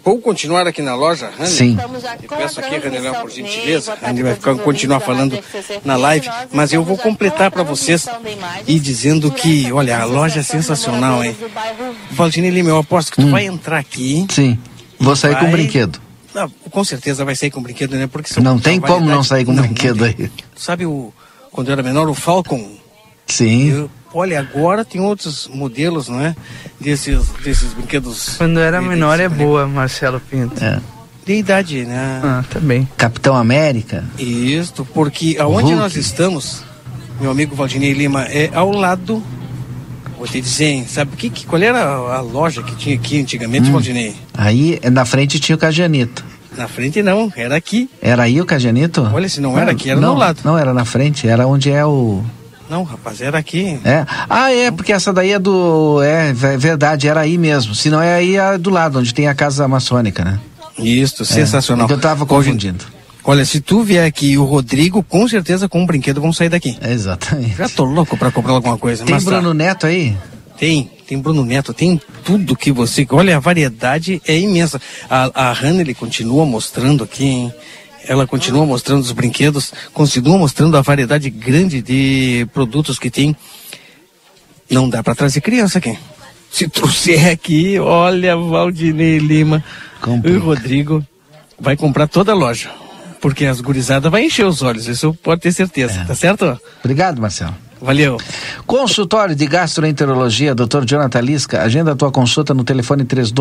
Vou continuar aqui na loja, Rani. Sim. E peço aqui, Rani, por gentileza, a gente vai continuar falando na live, mas eu vou completar para vocês e dizendo que, olha, a loja é sensacional, hein? Valdinei Lima, eu aposto que tu vai entrar aqui. Sim, vou sair com brinquedo. Não, com certeza vai sair com brinquedo, né? Porque não tem como não sair com brinquedo aí. Sabe, quando eu era menor, o Falcon? Sim. Olha, agora tem outros modelos, não é? Desses brinquedos. Quando eu era menor é boa, Marcelo Pinto. É. De idade, né? Ah, tá bem. Capitão América. Isso, porque aonde nós estamos, meu amigo Valdinei Lima, é ao lado. Vou te dizer, hein, sabe qual era a loja que tinha aqui antigamente, Valdinei? Aí, na frente tinha o Cajanito. Na frente não, era aqui. Era aí o Cajanito? Olha, se não era aqui, era no lado. Não, era na frente, era onde é o... Não, rapaz, era aqui. É? Ah, é, porque essa daí é do... É verdade, era aí mesmo. Se não é aí, é do lado, onde tem a casa maçônica, né? Isso, sensacional. É que eu tava confundindo. Olha, se tu vier aqui e o Rodrigo, com certeza com um brinquedo vão sair daqui. Exatamente. Já tô louco pra comprar alguma coisa. Tem Bruno Neto aí? Tem Bruno Neto, tem tudo que você... Olha, a variedade é imensa. A Hannah, ele continua mostrando aqui, hein? Ela continua mostrando os brinquedos, continua mostrando a variedade grande de produtos que tem. Não dá para trazer criança aqui. Se trouxer aqui, olha, Valdinei Lima e o Rodrigo vai comprar toda a loja. Porque as gurizadas vai encher os olhos, isso pode ter certeza, tá certo? Obrigado, Marcelo. Valeu. Consultório de Gastroenterologia, Dr. Jonathan Lisca. Agenda a tua consulta no telefone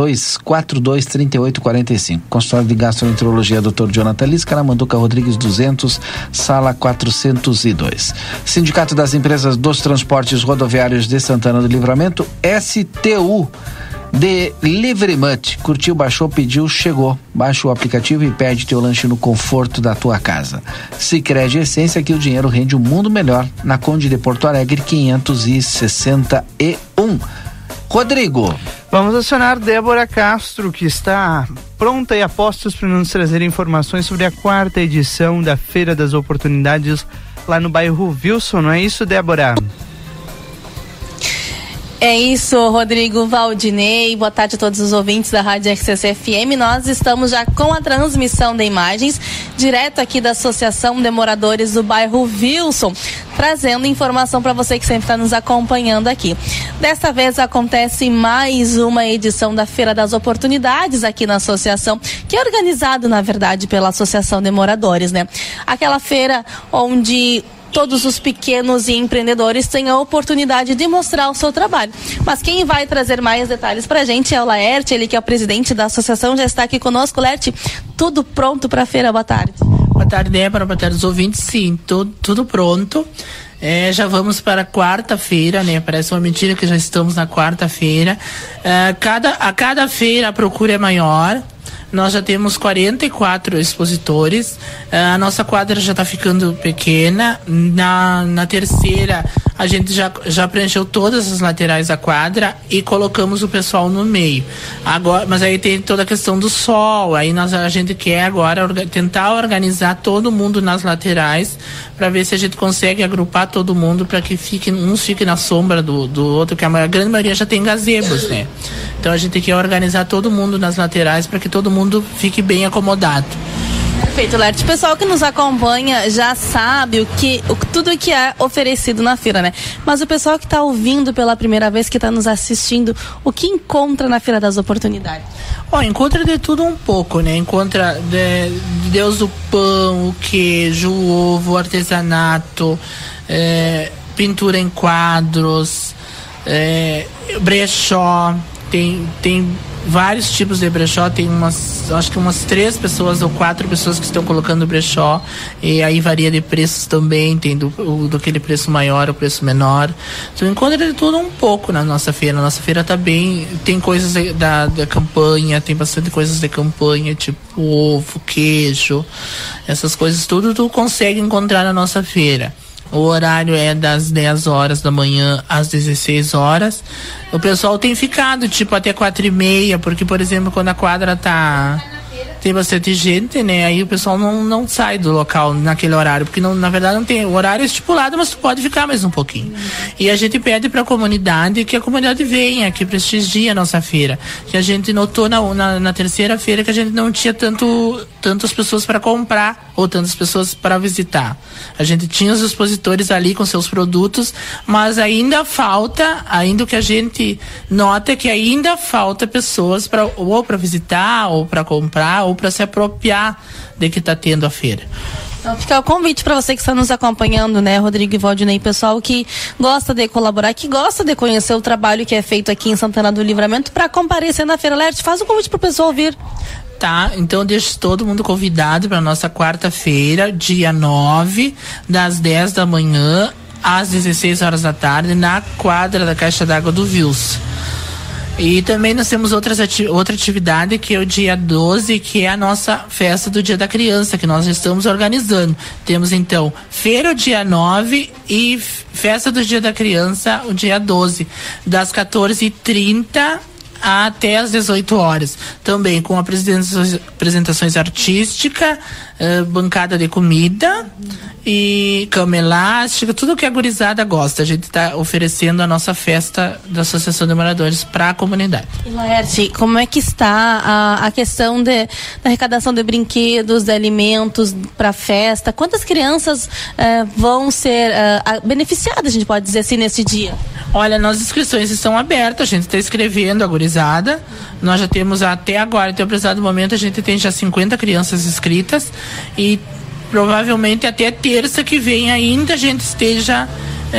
3242-3845. Consultório de Gastroenterologia, Dr. Jonathan Lisca, na Manduca Rodrigues 200, sala 402. Sindicato das Empresas dos Transportes Rodoviários de Santana do Livramento, STU. Delivery Much. Curtiu, baixou, pediu, chegou. Baixa o aplicativo e pede teu lanche no conforto da tua casa. Sicredi Essência, que o dinheiro rende um mundo melhor. Na Conde de Porto Alegre 561. Rodrigo. Vamos acionar Débora Castro, que está pronta e a postos para nos trazer informações sobre a 4ª edição da Feira das Oportunidades lá no bairro Wilson. Não é isso, Débora? É isso, Rodrigo, Valdinei, boa tarde a todos os ouvintes da Rádio RCC FM. Nós estamos já com a transmissão de imagens direto aqui da Associação de Moradores do bairro Wilson, trazendo informação para você que sempre está nos acompanhando aqui. Dessa vez acontece mais uma edição da Feira das Oportunidades aqui na associação, que é organizado, na verdade, pela Associação de Moradores, né? Aquela feira onde todos os pequenos e empreendedores têm a oportunidade de mostrar o seu trabalho. Mas quem vai trazer mais detalhes pra gente é o Laerte, ele que é o presidente da associação, já está aqui conosco. Laerte, tudo pronto pra feira? Boa tarde. Boa tarde, Débora, boa tarde aos ouvintes. Sim, tudo pronto. Já vamos para a quarta-feira, né? Parece uma mentira que já estamos na quarta-feira. A cada feira a procura é maior. Nós já temos 44 expositores. A nossa quadra já está ficando pequena. Na terceira, a gente já preencheu todas as laterais da quadra e colocamos o pessoal no meio. Agora, mas aí tem toda a questão do sol. Aí a gente quer agora tentar organizar todo mundo nas laterais para ver se a gente consegue agrupar todo mundo para que uns fiquem na sombra do outro, que a grande maioria já tem gazebos, né? Então a gente quer organizar todo mundo nas laterais para que todo mundo fique bem acomodado. Perfeito, Lerte. O pessoal que nos acompanha já sabe tudo que é oferecido na feira, né? Mas o pessoal que está ouvindo pela primeira vez, que está nos assistindo, o que encontra na Feira das Oportunidades? Encontra de tudo um pouco, né? Encontra Deus do pão, o queijo, o ovo, o artesanato, pintura em quadros, brechó. Tem vários tipos de brechó, tem acho que umas 3 pessoas ou 4 pessoas que estão colocando brechó, e aí varia de preços também, tem do aquele preço maior, o preço menor. Então encontra de tudo um pouco na nossa feira. A nossa feira tá bem, tem coisas da campanha, tem bastante coisas de campanha, tipo ovo, queijo, essas coisas tudo tu consegue encontrar na nossa feira. O horário é das 10 horas da manhã às 16 horas. O pessoal tem ficado, tipo, até 4h30, porque, por exemplo, quando a quadra tá tem bastante gente, né? Aí o pessoal não sai do local naquele horário, porque na verdade não tem o horário estipulado, mas tu pode ficar mais um pouquinho. E a gente pede para a comunidade que a comunidade venha, que prestigie a nossa feira. Que a gente notou na terceira feira que a gente não tinha tantas pessoas para comprar ou tantas pessoas para visitar. A gente tinha os expositores ali com seus produtos, mas ainda o que a gente nota é que ainda falta pessoas para visitar, ou para comprar, ou para se apropriar de que está tendo a feira. Então fica o convite para você que está nos acompanhando, né, Rodrigo e Valdinei, pessoal que gosta de colaborar, que gosta de conhecer o trabalho que é feito aqui em Santana do Livramento, para comparecer na Feira Lerte. Faz um convite para o pessoal vir. Tá, então deixo todo mundo convidado para nossa quarta-feira, dia 9, das 10 da manhã às 16 horas da tarde, na quadra da Caixa d'Água do Vils. E também nós temos outra atividade, que é o dia 12, que é a nossa festa do Dia da Criança, que nós estamos organizando. Temos então feira o dia 9 e festa do Dia da Criança o dia 12, das 14h30 até às 18 horas. Também com apresentações artísticas, bancada de comida e cama elástica, tudo que a gurizada gosta. A gente está oferecendo a nossa festa da Associação de Moradores para a comunidade. E Laerte, como é que está a questão da arrecadação de brinquedos, de alimentos para a festa? Quantas crianças vão ser beneficiadas, a gente pode dizer assim, nesse dia? Olha, nossas inscrições estão abertas, a gente está escrevendo a gurizada. Nós já temos até agora, até o presente momento, a gente tem já 50 crianças inscritas e provavelmente até terça que vem ainda a gente esteja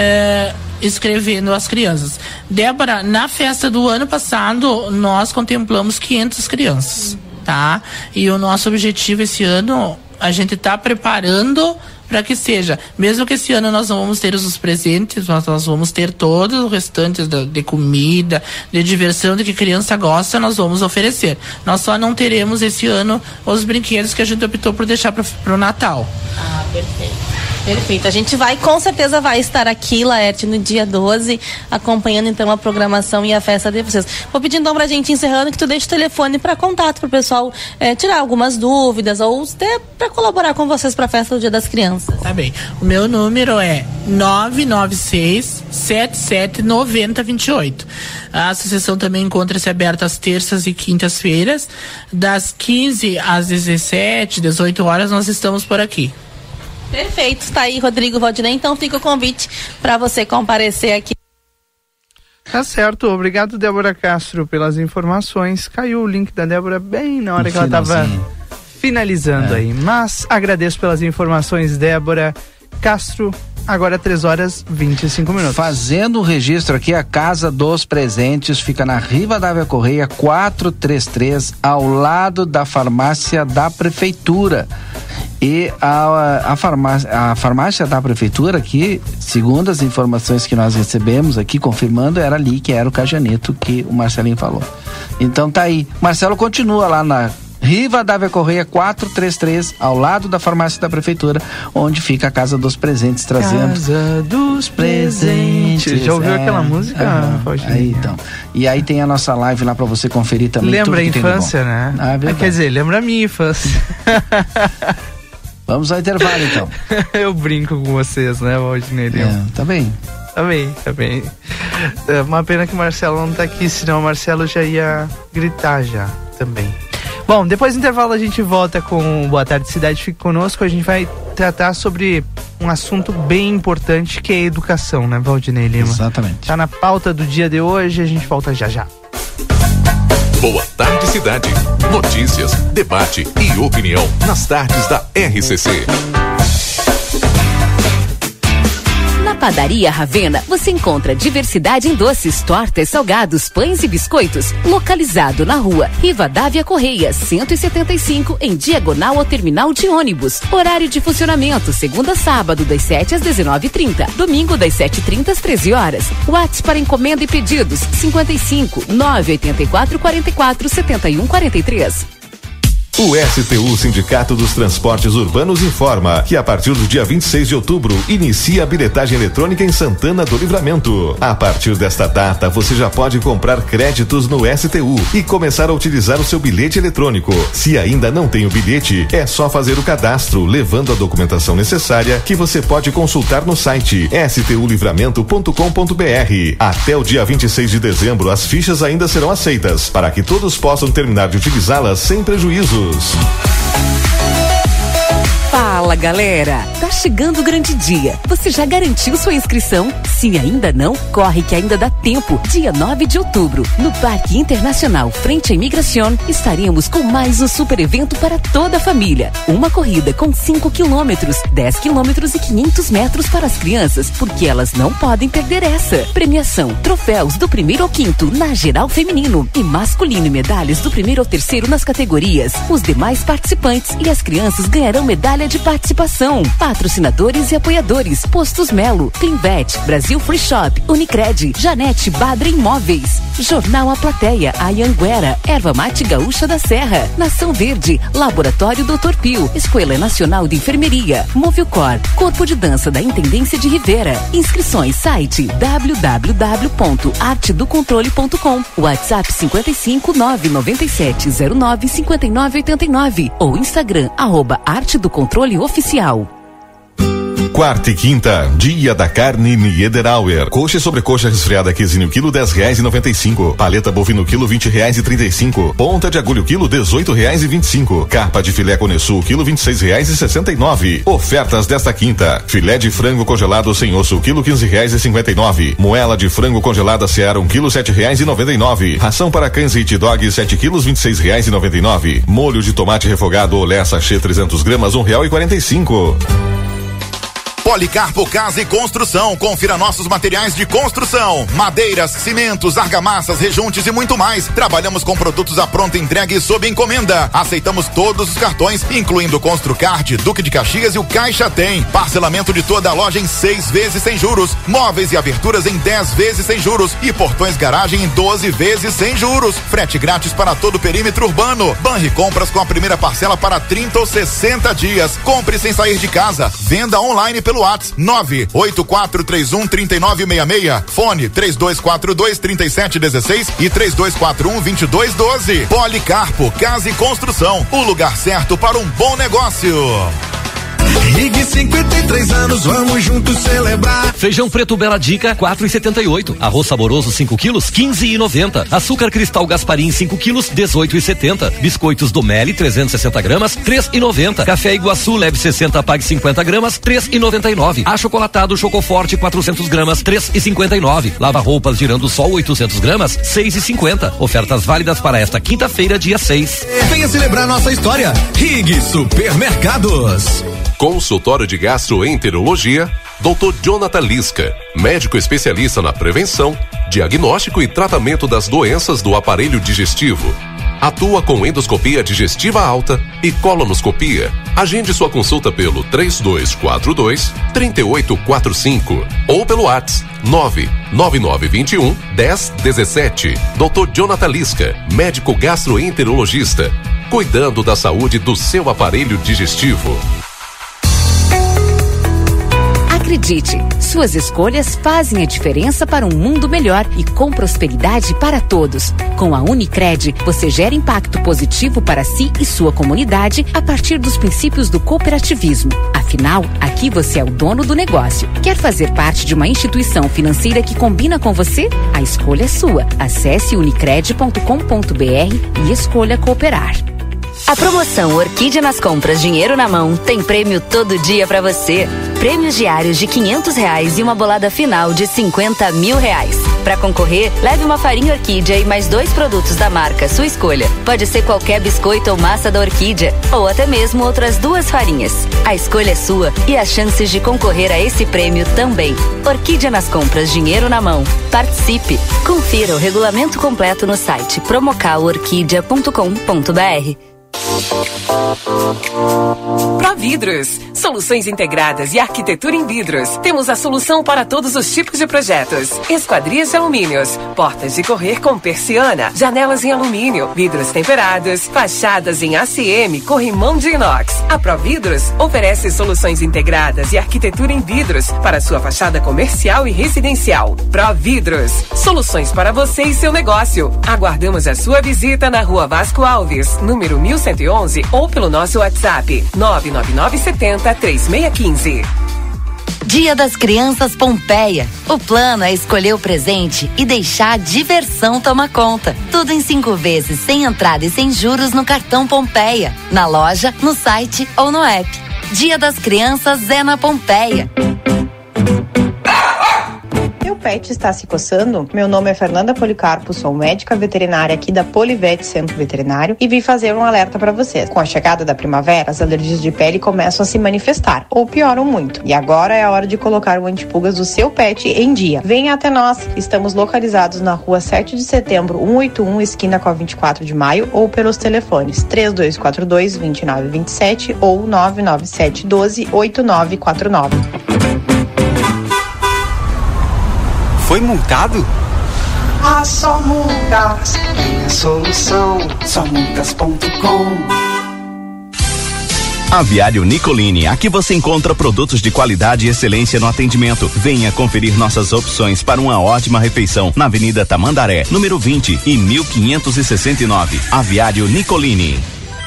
escrevendo as crianças. Débora, na festa do ano passado nós contemplamos 500 crianças, tá? E o nosso objetivo esse ano, a gente está preparando para que seja, mesmo que esse ano nós não vamos ter os presentes, nós vamos ter todos os restantes de comida, de diversão, de que criança gosta, nós vamos oferecer. Nós só não teremos esse ano os brinquedos que a gente optou por deixar para o Natal. Ah, perfeito. Perfeito. A gente com certeza vai estar aqui, Laerte, no dia 12, acompanhando então a programação e a festa de vocês. Vou pedir então pra gente encerrando que tu deixe o telefone para contato pro pessoal tirar algumas dúvidas ou até para colaborar com vocês para a festa do Dia das Crianças. Tá bem. O meu número é 996-779028. A associação também encontra-se aberta às terças e quintas-feiras, das 15 às 17, 18 horas nós estamos por aqui. Perfeito, está aí Rodrigo Valdinei, então fica o convite para você comparecer aqui. Tá certo, obrigado Débora Castro pelas informações. Caiu o link da Débora bem na hora que ela estava finalizando aí, mas agradeço pelas informações, Débora Castro. Agora 3h25. Fazendo o registro aqui, a Casa dos Presentes fica na Rivadavia Correia 433, ao lado da farmácia da Prefeitura. E a farmácia da Prefeitura aqui, segundo as informações que nós recebemos aqui, confirmando, era ali que era o Cajaneto que o Marcelinho falou. Então tá aí. Marcelo continua lá na Rivadavia Correia 433, ao lado da farmácia da Prefeitura, onde fica a Casa dos Presentes, trazendo Casa dos Presentes. Já ouviu aquela música? Aí então. E aí tem a nossa live lá pra você conferir também. Lembra a infância, né? Quer dizer, lembra a minha infância. Vamos ao intervalo então. Eu brinco com vocês, né, Valdinei? Tá bem. Tá bem. É uma pena que o Marcelo não tá aqui, senão o Marcelo já ia gritar já também. Bom, depois do intervalo a gente volta com Boa Tarde Cidade. Fique conosco, a gente vai tratar sobre um assunto bem importante, que é a educação, né, Valdinei Lima? Exatamente. Tá na pauta do dia de hoje, a gente volta já. Boa Tarde Cidade. Notícias, debate e opinião nas tardes da RCC. Na Padaria Ravena, você encontra diversidade em doces, tortas, salgados, pães e biscoitos. Localizado na rua Rivadavia Correia, 175, em diagonal ao terminal de ônibus. Horário de funcionamento, segunda a sábado, das 7 às 19h30. Domingo, das 7h30 às 13 horas. WhatsApp para encomenda e pedidos, 55 984 44 71 43. O STU Sindicato dos Transportes Urbanos informa que a partir do dia 26 de outubro inicia a bilhetagem eletrônica em Santana do Livramento. A partir desta data, você já pode comprar créditos no STU e começar a utilizar o seu bilhete eletrônico. Se ainda não tem o bilhete, é só fazer o cadastro, levando a documentação necessária que você pode consultar no site stulivramento.com.br. Até o dia 26 de dezembro, as fichas ainda serão aceitas, para que todos possam terminar de utilizá-las sem prejuízos. Fala, galera! Tá chegando o grande dia. Você já garantiu sua inscrição? Se ainda não, corre que ainda dá tempo. Dia 9 de outubro, no Parque Internacional Frente à Imigração, estaremos com mais um super evento para toda a família. Uma corrida com 5 quilômetros, 10 quilômetros e 500 metros para as crianças, porque elas não podem perder essa. Premiação, troféus do 1º ao 5º na geral feminino e masculino e medalhas do 1º ao 3º nas categorias. Os demais participantes e as crianças ganharão medalha de participação. Patrocinadores e apoiadores: Postos Melo, Clinvet, Brasil Free Shop, Unicred, Janete Badra Imóveis, Jornal A Plateia, Anhanguera, Erva Mate Gaúcha da Serra, Nação Verde, Laboratório Dr. Pio, Escola Nacional de Enfermeria, Movilcor, Corpo de Dança da Intendência de Rivera. Inscrições site www.artedocontrole.com, WhatsApp 55997095989 ou Instagram @Arte do Controle Oficial. Quarta e quinta, dia da carne Niederauer. Coxa e sobrecoxa resfriada quesinho quilo R$10,95. Paleta bovino quilo R$20,35. Ponta de agulho quilo R$18,25. Carpa de filé Conesul quilo R$26,69. Ofertas desta quinta: filé de frango congelado sem osso quilo R$15,59. Moela de frango congelada Seara 1 quilo R$7,99. Ração para cães Hit Dog 7 quilos R$26,99. Molho de tomate refogado Olé sachê 300 gramas R$1,45. Policarpo Casa e Construção. Confira nossos materiais de construção: madeiras, cimentos, argamassas, rejuntes e muito mais. Trabalhamos com produtos à pronta entrega e sob encomenda. Aceitamos todos os cartões, incluindo o Construcard, Duque de Caxias e o Caixa Tem. Parcelamento de toda a loja em 6 vezes sem juros. Móveis e aberturas em 10 vezes sem juros. E portões garagem em 12 vezes sem juros. Frete grátis para todo o perímetro urbano. Banri Compras com a primeira parcela para 30 ou 60 dias. Compre sem sair de casa. Venda online pelo WhatsApp 984313966, fone 3242-3716 e 3241-2212. Policarpo Casa e Construção, o lugar certo para um bom negócio. Rig 53 anos, vamos juntos celebrar. Feijão preto Bela Dica, 4,78. Arroz saboroso 5 quilos, 15,90. Açúcar cristal Gasparim 5 quilos, 18,70. Biscoitos do Meli 360 gramas, 3,90. Café Iguaçu Leve 60, pague 50 gramas, 3,99. Achocolatado Chocoforte 400 gramas, 3,59. Lava roupas Girando Sol 800 gramas, 6,50. Ofertas válidas para esta quinta-feira, dia 6. Venha celebrar nossa história. Rig Supermercados. Consultório de Gastroenterologia, Dr. Jonathan Lisca, médico especialista na prevenção, diagnóstico e tratamento das doenças do aparelho digestivo. Atua com endoscopia digestiva alta e colonoscopia. Agende sua consulta pelo 3242-3845 ou pelo WhatsApp 99921-1017. Dr. Jonathan Lisca, médico gastroenterologista, cuidando da saúde do seu aparelho digestivo. Acredite, suas escolhas fazem a diferença para um mundo melhor e com prosperidade para todos. Com a Unicred, você gera impacto positivo para si e sua comunidade a partir dos princípios do cooperativismo. Afinal, aqui você é o dono do negócio. Quer fazer parte de uma instituição financeira que combina com você? A escolha é sua. Acesse unicred.com.br e escolha cooperar. A promoção Orquídea nas Compras Dinheiro na Mão tem prêmio todo dia pra você. Prêmios diários de R$500 e uma bolada final de R$50 mil. Pra concorrer, leve uma farinha Orquídea e mais 2 produtos da marca, sua escolha. Pode ser qualquer biscoito ou massa da Orquídea, ou até mesmo outras 2 farinhas. A escolha é sua e as chances de concorrer a esse prêmio também. Orquídea nas Compras Dinheiro na Mão. Participe! Confira o regulamento completo no site promocalorquídea.com.br. Providros, soluções integradas e arquitetura em vidros. Temos a solução para todos os tipos de projetos. Esquadrias de alumínios, portas de correr com persiana, janelas em alumínio, vidros temperados, fachadas em ACM, corrimão de inox. A Providros oferece soluções integradas e arquitetura em vidros para sua fachada comercial e residencial. Providros, soluções para você e seu negócio. Aguardamos a sua visita na Rua Vasco Alves, número 1111, ou pelo nosso WhatsApp 99970-3615. Dia das Crianças Pompeia. O plano é escolher o presente e deixar a diversão tomar conta. Tudo em 5 vezes, sem entrada e sem juros no cartão Pompeia. Na loja, no site ou no app. Dia das Crianças é na Pompeia. Meu pet está se coçando? Meu nome é Fernanda Policarpo, sou médica veterinária aqui da Polivete Centro Veterinário e vim fazer um alerta para vocês. Com a chegada da primavera, as alergias de pele começam a se manifestar ou pioram muito. E agora é a hora de colocar o antipulgas do seu pet em dia. Venha até nós. Estamos localizados na Rua 7 de Setembro, 181, esquina com a 24 de Maio, ou pelos telefones 3242-2927 ou 99712-8949. Foi multado? Ah, Só Multas tem a solução. Somultas.com. Aviário Nicolini, aqui você encontra produtos de qualidade e excelência no atendimento. Venha conferir nossas opções para uma ótima refeição na Avenida Tamandaré, número 20 e 1569. Aviário Nicolini.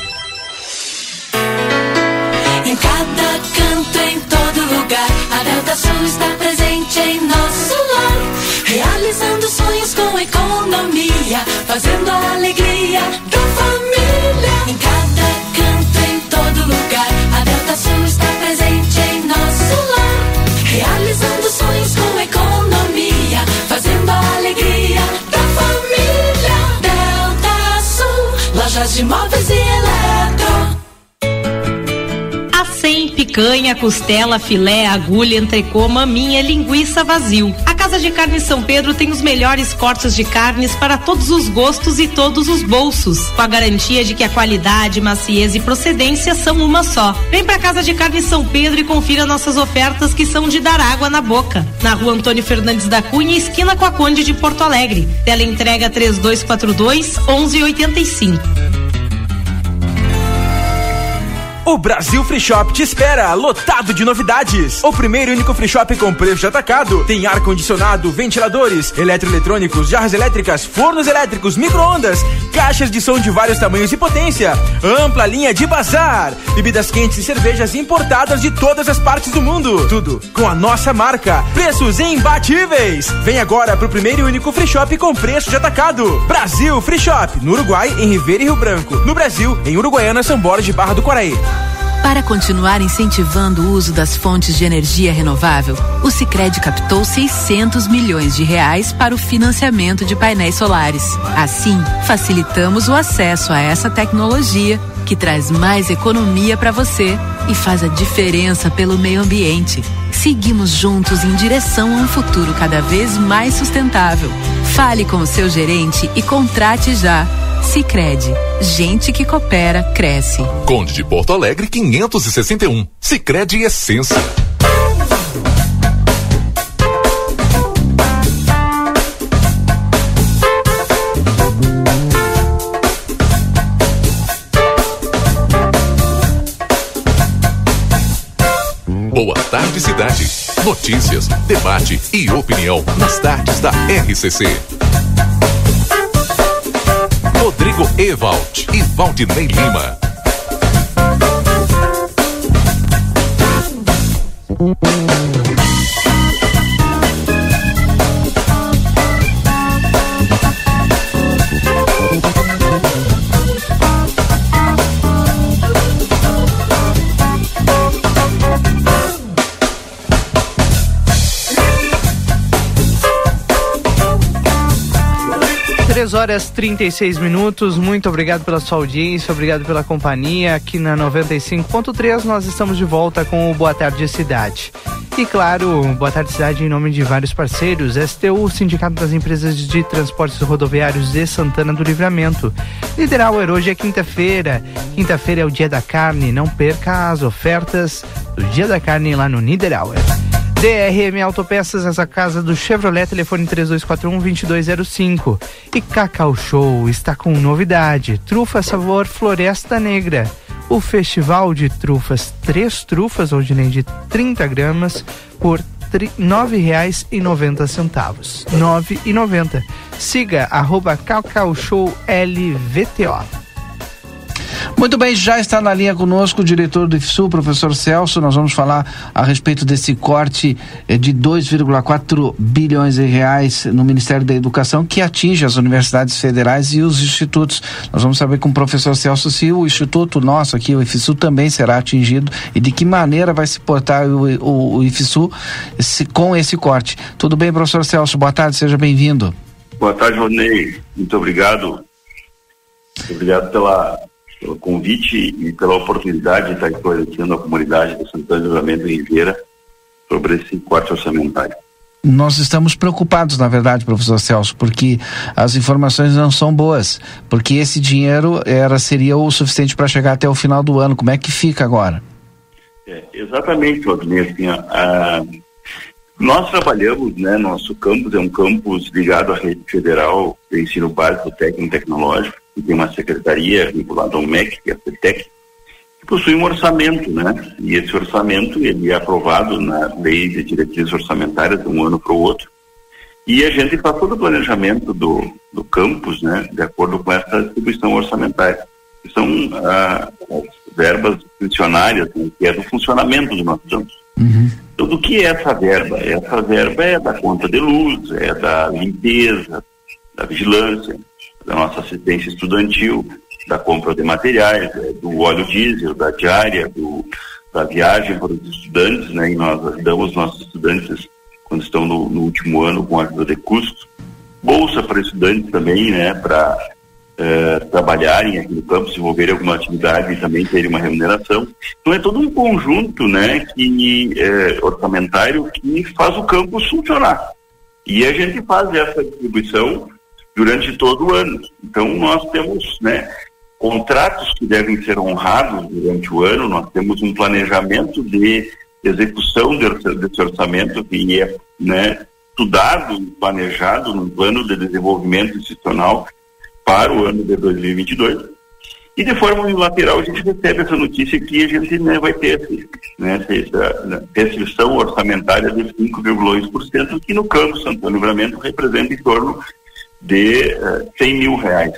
Em cada canto, em todo lugar, a Delta Sul está presente em nosso lar, realizando sonhos com economia, fazendo a alegria da família. Em cada canto, em todo lugar, a Delta Sul está presente em nosso lar, realizando sonhos com economia, fazendo a alegria da família. Delta Sul, lojas de móveis e eletro. Picanha, costela, filé, agulha, entrecô, maminha, linguiça, vazio. A Casa de Carne São Pedro tem os melhores cortes de carnes para todos os gostos e todos os bolsos, com a garantia de que a qualidade, maciez e procedência são uma só. Vem pra Casa de Carne São Pedro e confira nossas ofertas que são de dar água na boca. Na Rua Antônio Fernandes da Cunha, esquina com a Conde de Porto Alegre. Teleentrega 3242-1185. O Brasil Free Shop te espera, lotado de novidades. O primeiro e único free shop com preço de atacado. Tem ar-condicionado, ventiladores, eletroeletrônicos, jarras elétricas, fornos elétricos, micro-ondas, caixas de som de vários tamanhos e potência, ampla linha de bazar, bebidas quentes e cervejas importadas de todas as partes do mundo. Tudo com a nossa marca. Preços imbatíveis. Vem agora pro primeiro e único free shop com preço de atacado. Brasil Free Shop, no Uruguai, em Ribeira e Rio Branco. No Brasil, em Uruguaiana, São Borja de Barra do Quaraí. Para continuar incentivando o uso das fontes de energia renovável, o Sicredi captou 600 milhões de reais para o financiamento de painéis solares. Assim, facilitamos o acesso a essa tecnologia que traz mais economia para você e faz a diferença pelo meio ambiente. Seguimos juntos em direção a um futuro cada vez mais sustentável. Fale com o seu gerente e contrate já. Sicredi, gente que coopera, cresce. Conde de Porto Alegre 561. Sicredi Essência. Boa tarde, cidade. Notícias, debate e opinião nas tardes da RCC. Rodrigo Ewald e Valdinei Lima. Horas 36 minutos, muito obrigado pela sua audiência, obrigado pela companhia aqui na 95.3, nós estamos de volta com o Boa Tarde Cidade. E claro, boa tarde cidade em nome de vários parceiros, STU, Sindicato das Empresas de Transportes Rodoviários de Santana do Livramento. Niederauer, hoje é quinta-feira é o dia da carne, não perca as ofertas do dia da carne lá no Niederauer. DRM Autopeças, essa casa do Chevrolet, telefone 3241-2205. E Cacau Show está com novidade, trufa sabor Floresta Negra. O festival de trufas, 3 trufas, Odinei, de 30 gramas, por R$ 9,90. R$ 9,90. Siga @Cacau Show LVTO. Muito bem, já está na linha conosco o diretor do IFSU, professor Celso. Nós vamos falar a respeito desse corte de 2,4 bilhões de reais no Ministério da Educação, que atinge as universidades federais e os institutos. Nós vamos saber com o professor Celso se o instituto nosso aqui, o IFSU, também será atingido e de que maneira vai se portar o IFSU com esse corte. Tudo bem, professor Celso? Boa tarde, seja bem-vindo. Boa tarde, Rodney. Muito obrigado. Muito obrigado pelo convite e pela oportunidade de estar esclarecendo a comunidade de Santana do Livramento e Ribeira sobre esse corte orçamentário. Nós estamos preocupados, na verdade, professor Celso, porque as informações não são boas, porque esse dinheiro seria o suficiente para chegar até o final do ano. Como é que fica agora? Exatamente, Rodney. Assim, nós trabalhamos, né, nosso campus é um campus ligado à rede federal de ensino básico técnico e tecnológico, que tem uma secretaria vinculada ao MEC, que é a CETEC, que possui um orçamento, né? E esse orçamento, ele é aprovado na lei de diretrizes orçamentárias de um ano para o outro. E a gente faz todo o planejamento do campus, né, de acordo com essa distribuição orçamentária. Que são as verbas funcionárias, né, que é do funcionamento do nosso campus. Então, do que é essa verba? Essa verba é da conta de luz, é da limpeza, da vigilância, da nossa assistência estudantil, da compra de materiais, do óleo diesel, da diária, da viagem para os estudantes, né? E nós ajudamos nossos estudantes quando estão no último ano com ajuda de custo. Bolsa para estudantes também, né? Para trabalharem aqui no campus, desenvolverem alguma atividade e também terem uma remuneração. Então é todo um conjunto, né? Orçamentário que faz o campus funcionar. E a gente faz essa distribuição durante todo o ano. Então nós temos, né, contratos que devem ser honrados durante o ano, nós temos um planejamento de execução desse orçamento que é, né, estudado e planejado no plano de desenvolvimento institucional para o ano de 2022. E de forma unilateral a gente recebe essa notícia que a gente, né, vai ter essa restrição orçamentária de 5,8%, que no campus Santana do Livramento representa em torno de R$100 mil.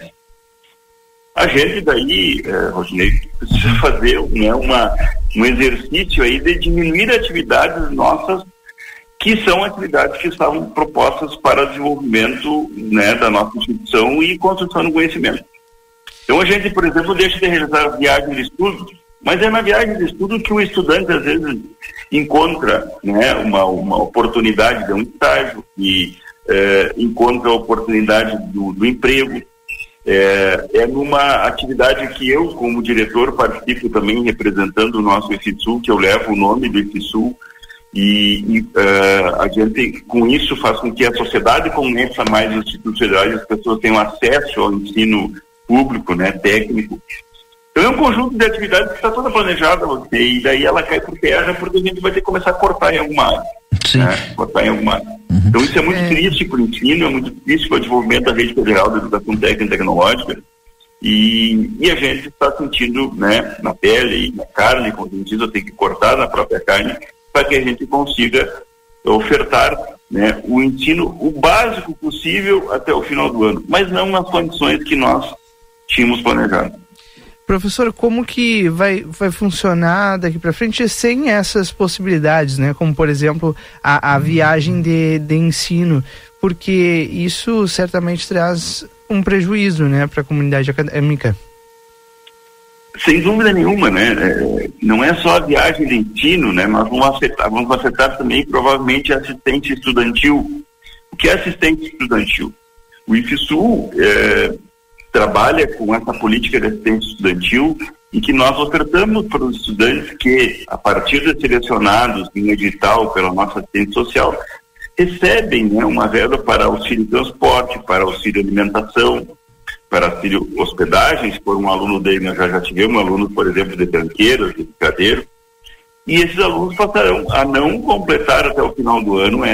A gente daí, Rodinei, precisa fazer, né, um exercício aí de diminuir atividades nossas, que são atividades que estavam propostas para desenvolvimento, né, da nossa instituição e construção do conhecimento. Então a gente, por exemplo, deixa de realizar viagem de estudo, mas é na viagem de estudo que o estudante às vezes encontra, né, uma oportunidade de um estágio e encontra a oportunidade do emprego. É numa atividade que eu, como diretor, participo também representando o nosso IFSU, que eu levo o nome do IFSU, e a gente, com isso, faz com que a sociedade conheça mais os institutos federais, as pessoas tenham acesso ao ensino público, né, técnico. Então é um conjunto de atividades que está toda planejada, e daí ela cai por terra porque a gente vai ter que começar a cortar em alguma área. Né? Cortar em alguma área. Então isso é muito triste para o ensino, é muito triste para o desenvolvimento da rede federal de educação técnica e tecnológica, e a gente está sentindo, né, na pele e na carne, como a gente diz, eu tenho que cortar na própria carne para que a gente consiga ofertar, né, o ensino, o básico possível até o final do ano, mas não nas condições que nós tínhamos planejado. Professor, como que vai funcionar daqui para frente sem essas possibilidades, né? Como, por exemplo, a viagem de ensino, porque isso certamente traz um prejuízo, né, para a comunidade acadêmica. Sem dúvida nenhuma, né? Não é só a viagem de ensino, né? Nós vamos afetar também, provavelmente, a assistência estudantil. O que é assistência estudantil? O IFSU trabalha com essa política de assistência estudantil em que nós ofertamos para os estudantes que, a partir de selecionados em edital pela nossa assistente social, recebem, né, uma verba para auxílio transporte, para auxílio alimentação, para auxílio hospedagem. Se for um aluno dele, nós já tivemos um aluno, por exemplo, de Tranqueiras, de Picadeiro, e esses alunos passarão a não completar até o final do ano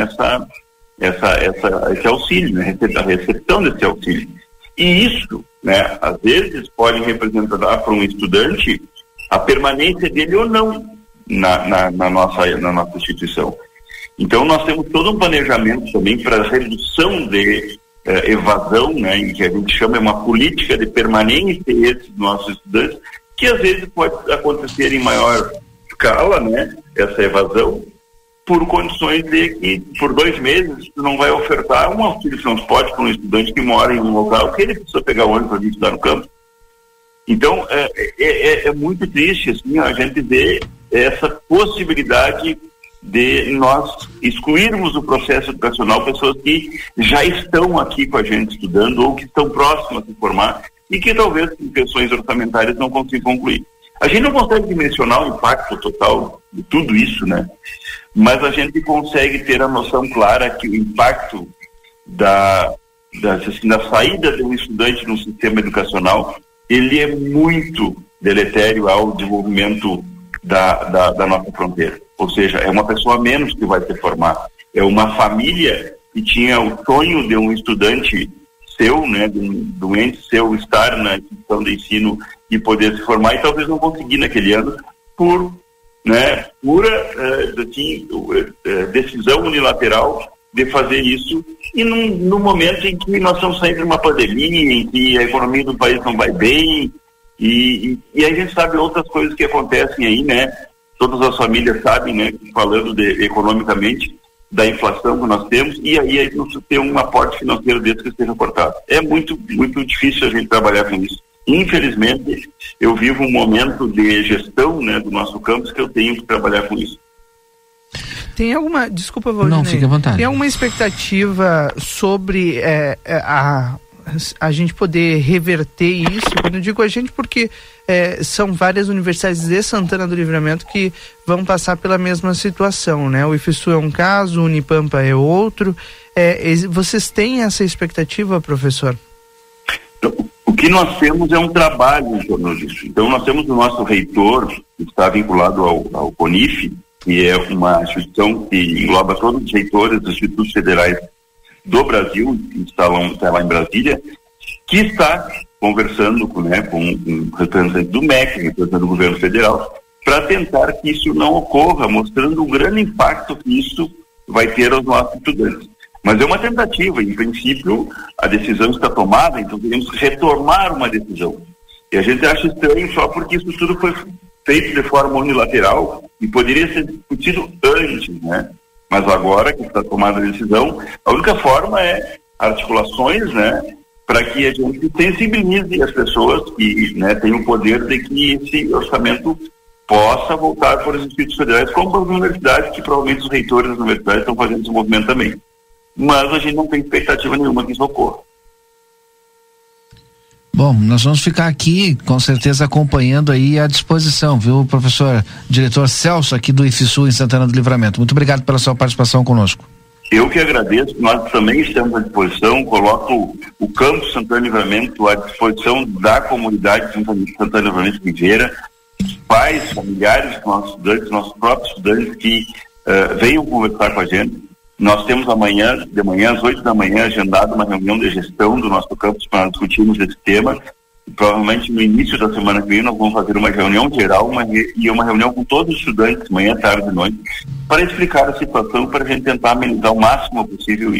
esse auxílio, né, a recepção desse auxílio. E isso, né, às vezes pode representar para um estudante a permanência dele ou não na nossa instituição. Então nós temos todo um planejamento também para a redução de evasão, né, em que a gente chama uma política de permanência desses nossos estudantes, que às vezes pode acontecer em maior escala, né, essa evasão, por condições de que por 2 meses tu não vai ofertar um auxílio de transporte para um estudante que mora em um local que ele precisa pegar o ônibus para vir estudar no campo. Então é muito triste assim, a gente ver essa possibilidade de nós excluirmos do processo educacional pessoas que já estão aqui com a gente estudando ou que estão próximas de se formar e que talvez em questões orçamentárias não consigam concluir. A gente não consegue dimensionar o impacto total de tudo isso, né? Mas a gente consegue ter a noção clara que o impacto da saída de um estudante no sistema educacional, ele é muito deletério ao desenvolvimento da nossa fronteira. Ou seja, é uma pessoa a menos que vai se formar. É uma família que tinha o sonho de um estudante seu, né, de um ente seu estar na instituição de ensino e poder se formar e talvez não conseguir naquele ano por, né, pura decisão unilateral de fazer isso e no momento em que nós estamos saindo de uma pandemia, em que a economia do país não vai bem e a gente sabe outras coisas que acontecem aí, né? Todas as famílias sabem, né? Falando economicamente da inflação que nós temos e aí não se tem um aporte financeiro desse que esteja cortado. É muito, muito difícil a gente trabalhar com isso. Infelizmente, eu vivo um momento de gestão, né, do nosso campus que eu tenho que trabalhar com isso. Tem alguma, desculpa, Valdinei, não, fique à vontade. Tem alguma expectativa sobre a gente poder reverter isso? Quando eu digo a gente, porque são várias universidades de Santana do Livramento que vão passar pela mesma situação, né? O IFSU é um caso, o Unipampa é outro. Vocês têm essa expectativa, professor? O que nós temos é um trabalho em torno disso. Então nós temos o nosso reitor, que está vinculado ao CONIF, que é uma instituição que engloba todos os reitores dos institutos federais do Brasil, que está lá em Brasília, que está conversando com representantes do MEC, representantes do governo federal, para tentar que isso não ocorra, mostrando o grande impacto que isso vai ter aos nossos estudantes. Mas é uma tentativa, em princípio a decisão está tomada, então queremos retomar uma decisão. E a gente acha estranho só porque isso tudo foi feito de forma unilateral e poderia ser discutido antes, né? Mas agora que está tomada a decisão, a única forma é articulações, né, para que a gente sensibilize as pessoas que, né, têm o poder de que esse orçamento possa voltar para os institutos federais, como para as universidades, que provavelmente os reitores das universidades estão fazendo esse movimento também. Mas a gente não tem expectativa nenhuma que isso ocorra. Bom, nós vamos ficar aqui, com certeza, acompanhando aí à disposição, viu, professor, diretor Celso, aqui do IFSU em Santana do Livramento. Muito obrigado pela sua participação conosco. Eu que agradeço, nós também estamos à disposição, coloco o campus Santana do Livramento à disposição da comunidade de Santana do Livramento Ribeira, pais, familiares dos nossos estudantes, nossos próprios estudantes que venham conversar com a gente. Nós temos de manhã às 8 da manhã, agendado uma reunião de gestão do nosso campus para discutirmos esse tema. E provavelmente no início da semana que vem nós vamos fazer uma reunião geral e uma reunião com todos os estudantes, manhã, tarde e noite, para explicar a situação, para a gente tentar amenizar o máximo possível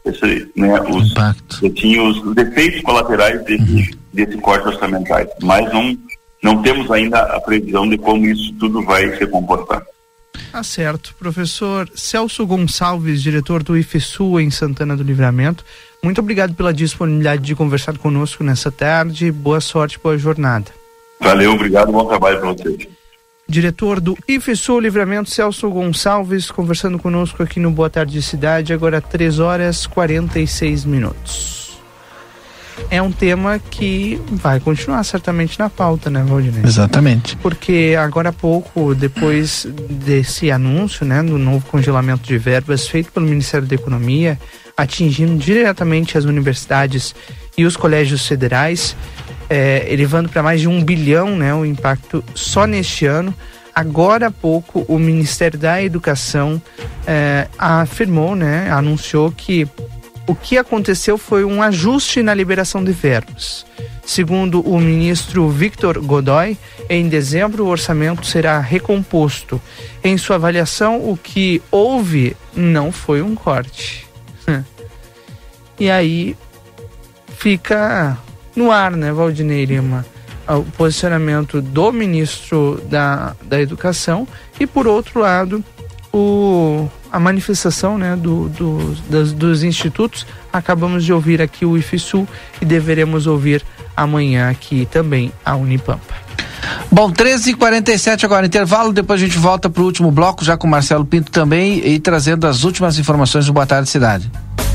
os efeitos colaterais desse corte orçamentário. Mas não temos ainda a previsão de como isso tudo vai se comportar. Tá certo. Professor Celso Gonçalves, diretor do IFSU em Santana do Livramento, muito obrigado pela disponibilidade de conversar conosco nessa tarde. Boa sorte, boa jornada. Valeu, obrigado, bom trabalho para vocês. Diretor do IFSU Livramento, Celso Gonçalves, conversando conosco aqui no Boa Tarde Cidade, agora 3h46. é um tema que vai continuar certamente na pauta, né, Valdinei? Exatamente. Porque agora há pouco, depois desse anúncio, né, do novo congelamento de verbas feito pelo Ministério da Economia, atingindo diretamente as universidades e os colégios federais, elevando para mais de 1 bilhão, né, o impacto só neste ano. Agora há pouco o Ministério da Educação afirmou, né, anunciou que o que aconteceu foi um ajuste na liberação de verbas. Segundo o ministro Victor Godoy, em dezembro o orçamento será recomposto. Em sua avaliação, o que houve não foi um corte. E aí fica no ar, né, Valdinei Lima, o posicionamento do ministro da Educação e, por outro lado, a manifestação, né, dos institutos. Acabamos de ouvir aqui o IFSU e deveremos ouvir amanhã aqui também a Unipampa. Bom, 13h47 agora, intervalo, depois a gente volta para o último bloco, já com o Marcelo Pinto também, e trazendo as últimas informações do Boa Tarde Cidade.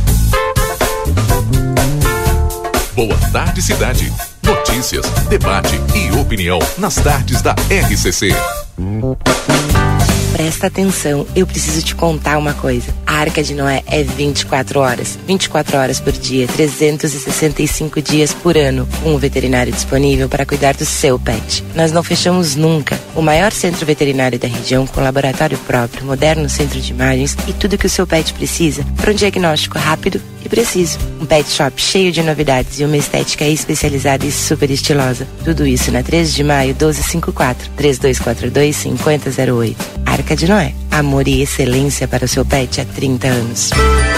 Boa Tarde Cidade. Notícias, debate e opinião nas tardes da RCC. Presta atenção, eu preciso te contar uma coisa. A Arca de Noé é 24 horas. 24 horas por dia, 365 dias por ano. Com um veterinário disponível para cuidar do seu pet. Nós não fechamos nunca. O maior centro veterinário da região, com laboratório próprio, moderno centro de imagens e tudo que o seu pet precisa para um diagnóstico rápido e preciso. Um pet shop cheio de novidades e uma estética especializada e super estilosa. Tudo isso na 3 de maio, 1254, 3242-5008. Arca de Noé. Amor e excelência para o seu pet há 30 anos.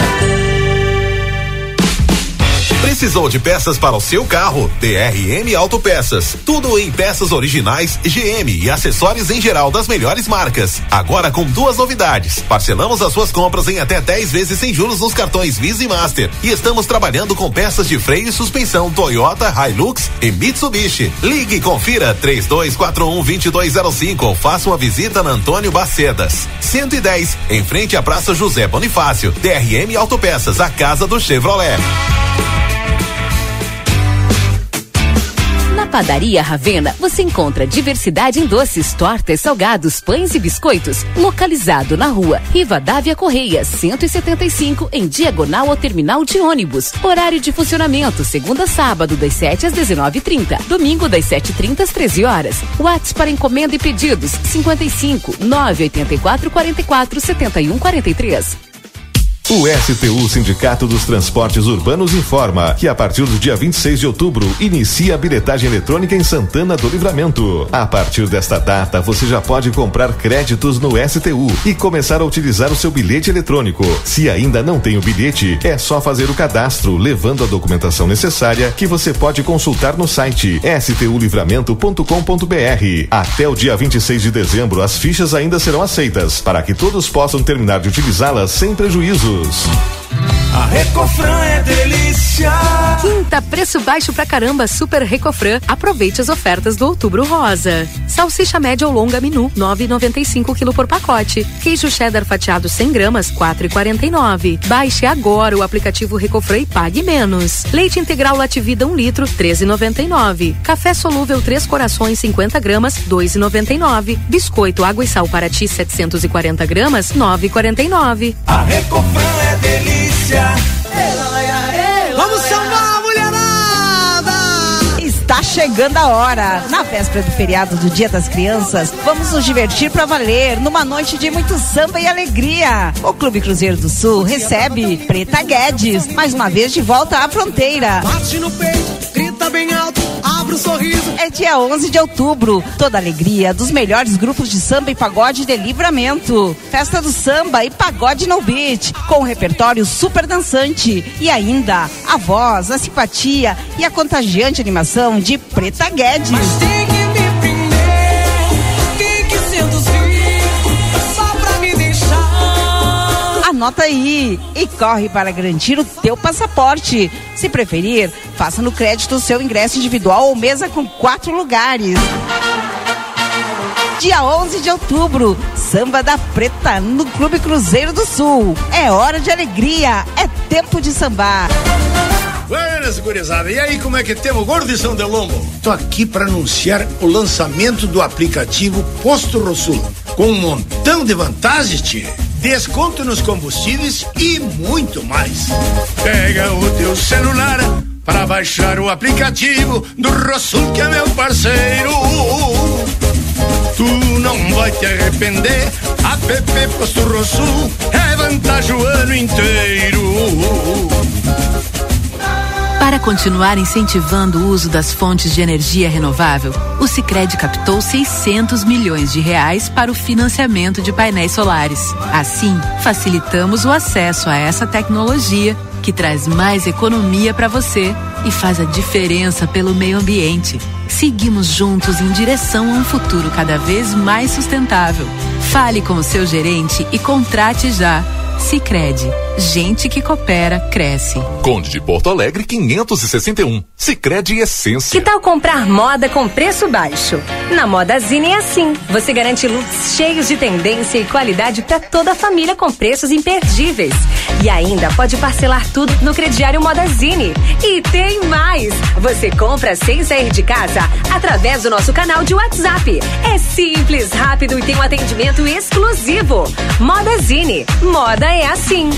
Precisou de peças para o seu carro? DRM Autopeças. Tudo em peças originais GM e acessórios em geral das melhores marcas. Agora com 2 novidades. Parcelamos as suas compras em até 10 vezes sem juros nos cartões Visa e Master. E estamos trabalhando com peças de freio e suspensão Toyota, Hilux e Mitsubishi. Ligue e confira 3241-2205 ou faça uma visita na Antônio Bacedas 110, em frente à Praça José Bonifácio. DRM Autopeças, a casa do Chevrolet. Na Padaria Ravena, você encontra diversidade em doces, tortas, salgados, pães e biscoitos. Localizado na rua Rivadavia Correia, 175, em diagonal ao terminal de ônibus. Horário de funcionamento, segunda a sábado, das 7 às 19h30. Domingo, das 7h30 às 13 horas. WhatsApp para encomenda e pedidos, 55 984 44 71 43. O STU Sindicato dos Transportes Urbanos informa que a partir do dia 26 de outubro inicia a bilhetagem eletrônica em Santana do Livramento. A partir desta data, você já pode comprar créditos no STU e começar a utilizar o seu bilhete eletrônico. Se ainda não tem o bilhete, é só fazer o cadastro, levando a documentação necessária que você pode consultar no site stulivramento.com.br. Até o dia 26 de dezembro, as fichas ainda serão aceitas, para que todos possam terminar de utilizá-las sem prejuízo. A Recofran é delícia. Quinta, preço baixo pra caramba, Super Recofran. Aproveite as ofertas do Outubro Rosa. Salsicha média ou longa menu, 9,95 kg por pacote. Queijo cheddar fatiado 100 gramas, 4,49. Baixe agora o aplicativo Recofran e pague menos. Leite integral Lativida 1 litro, 13,99. Café solúvel 3 corações 50 gramas, 2,99. Biscoito água e sal Paraty 740 gramas, 9,49. A Recofran é delícia. Vamos salvar, mulherada! Está chegando a hora. Na véspera do feriado do Dia das Crianças, vamos nos divertir pra valer numa noite de muito samba e alegria. O Clube Cruzeiro do Sul recebe Preta Guedes, mais uma vez de volta à fronteira. Bate no peito, grita bem alto, abre um sorriso. É dia 11 de outubro. Toda a alegria dos melhores grupos de samba e pagode de Livramento. Festa do samba e pagode no beat, com um repertório super dançante. E ainda a voz, a simpatia e a contagiante animação de Preta Guedes. Mas tem que me prender, tem que seduzir, só pra me deixar. Anota aí e corre para garantir o teu passaporte. Se preferir, faça no crédito o seu ingresso individual ou mesa com 4 lugares. Dia 11 de outubro, Samba da Preta no Clube Cruzeiro do Sul. É hora de alegria, é tempo de sambar. Buenas, gurizada. E aí, como é que temos, gordo de São Delombo? Tô aqui para anunciar o lançamento do aplicativo Posto Rosul, com um montão de vantagens, tchê. Desconto nos combustíveis e muito mais. Pega o teu celular para baixar o aplicativo do Rosul, que é meu parceiro. Tu não vai te arrepender. App Posto Rosul é vantagem o ano inteiro. Para continuar incentivando o uso das fontes de energia renovável, o Sicredi captou 600 milhões de reais para o financiamento de painéis solares. Assim, facilitamos o acesso a essa tecnologia que traz mais economia para você e faz a diferença pelo meio ambiente. Seguimos juntos em direção a um futuro cada vez mais sustentável. Fale com o seu gerente e contrate já. Sicredi, gente que coopera, cresce. Conde de Porto Alegre 561. Sicredi Essência. Que tal comprar moda com preço baixo? Na Modazine é assim. Você garante looks cheios de tendência e qualidade para toda a família com preços imperdíveis. E ainda pode parcelar tudo no crediário Modazine. E tem mais! Você compra sem sair de casa através do nosso canal de WhatsApp. É simples, rápido e tem um atendimento exclusivo. Modazine. Moda é assim.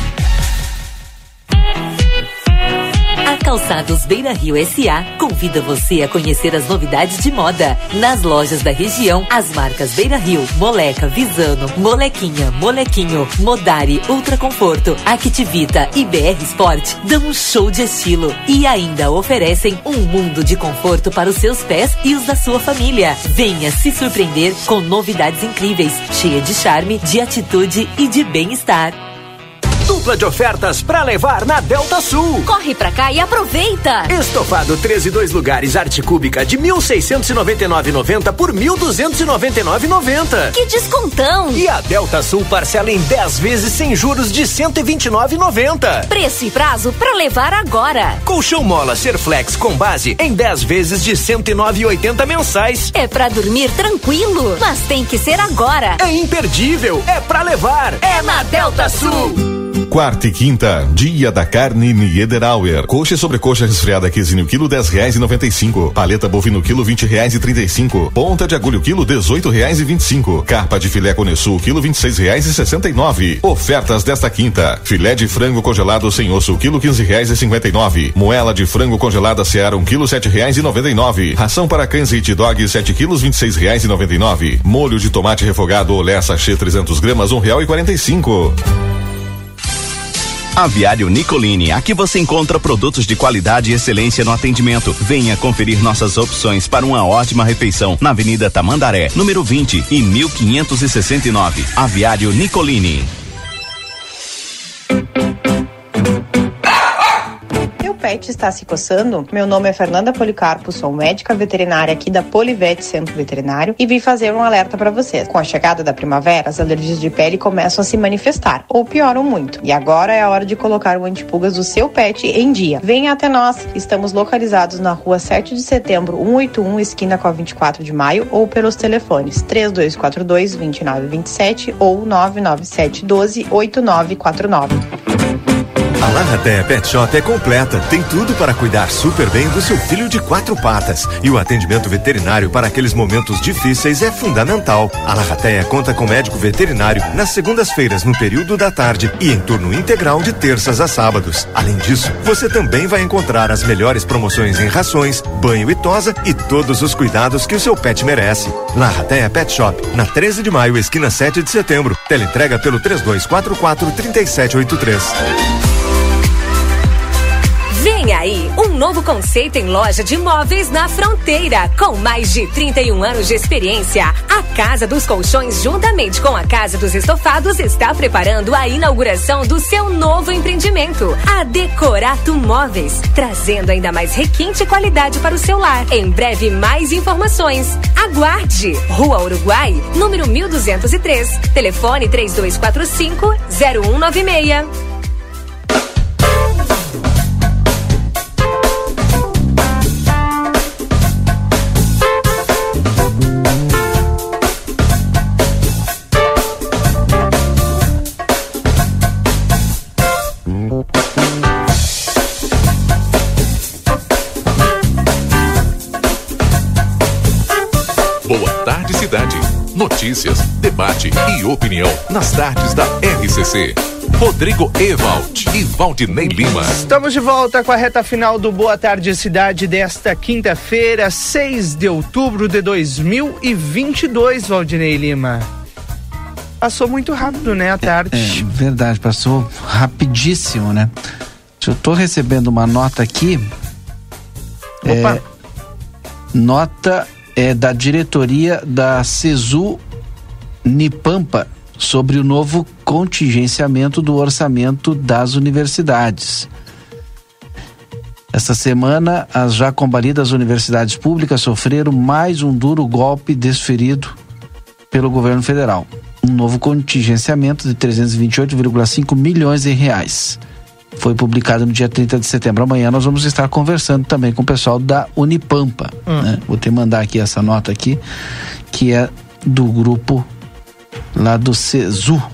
A Calçados Beira Rio S.A. convida você a conhecer as novidades de moda. Nas lojas da região, as marcas Beira Rio, Moleca, Visano, Molequinha, Molequinho, Modari, Ultra Conforto, Activita e BR Sport dão um show de estilo e ainda oferecem um mundo de conforto para os seus pés e os da sua família. Venha se surpreender com novidades incríveis, cheia de charme, de atitude e de bem-estar. Dupla de ofertas pra levar na Delta Sul. Corre pra cá e aproveita. Estofado 13 2 lugares arte cúbica de 1.699,90 por 1.299,90. Que descontão! E a Delta Sul parcela em 10 vezes sem juros de 129,90. Preço e prazo pra levar agora. Colchão Mola Serflex com base em 10 vezes de 109,80 mensais. É pra dormir tranquilo, mas tem que ser agora. É imperdível, é pra levar. É na Delta Sul. Quarta e quinta, dia da carne Niederauer. Coxa e sobrecoxa resfriada quesinho quilo R$10,95. Paleta bovino quilo R$20,35. Ponta de agulho quilo R$18,25. Carpa de filé Conessul quilo R$26,69. Ofertas desta quinta: filé de frango congelado sem osso quilo R$15,59. Moela de frango congelada Seara 1 quilo R$7,99. Ração para cães Hit Dog 7 quilos R$26,99. Molho de tomate refogado Olé sachê 300 gramas R$1,45. Aviário Nicolini, aqui você encontra produtos de qualidade e excelência no atendimento. Venha conferir nossas opções para uma ótima refeição na Avenida Tamandaré, número 20 e 1569. Aviário Nicolini. Pet está se coçando? Meu nome é Fernanda Policarpo, sou médica veterinária aqui da Polivete Centro Veterinário e vim fazer um alerta para vocês. Com a chegada da primavera, as alergias de pele começam a se manifestar ou pioram muito. E agora é a hora de colocar o antipulgas do seu pet em dia. Venha até nós. Estamos localizados na rua 7 de setembro, 181, esquina com a 24 de maio, ou pelos telefones 3242-2927 ou 99712-8949. A Larratea Pet Shop é completa, tem tudo para cuidar super bem do seu filho de 4 patas. E o atendimento veterinário para aqueles momentos difíceis é fundamental. A Larratea conta com médico veterinário nas segundas-feiras no período da tarde e em turno integral de terças a sábados. Além disso, você também vai encontrar as melhores promoções em rações, banho e tosa e todos os cuidados que o seu pet merece. Larratea Pet Shop, na 13 de maio, esquina 7 de setembro. Teleentrega pelo 3244-3783. Vem aí, um novo conceito em loja de móveis na Fronteira. Com mais de 31 anos de experiência, a Casa dos Colchões, juntamente com a Casa dos Estofados, está preparando a inauguração do seu novo empreendimento, a Decorato Móveis, trazendo ainda mais requinte e qualidade para o seu lar. Em breve, mais informações. Aguarde! Rua Uruguai, número 1203, telefone 3245-0196. notícias, debate e opinião nas tardes da RCC. Rodrigo Ewald e Valdinei Lima. Estamos de volta com a reta final do Boa Tarde Cidade desta quinta-feira, 6 de outubro de 2022, Valdinei Lima. Passou muito rápido, né, a tarde? É verdade, passou rapidíssimo, né? Eu tô recebendo uma nota aqui. Opa. Nota da diretoria da CESU Unipampa sobre o novo contingenciamento do orçamento das universidades. Esta semana, as já combalidas universidades públicas sofreram mais um duro golpe desferido pelo governo federal. Um novo contingenciamento de 328,5 milhões de reais. Foi publicado no dia 30 de setembro. Amanhã nós vamos estar conversando também com o pessoal da Unipampa. Né? Vou te mandar aqui essa nota aqui, que é do grupo lá do CESU.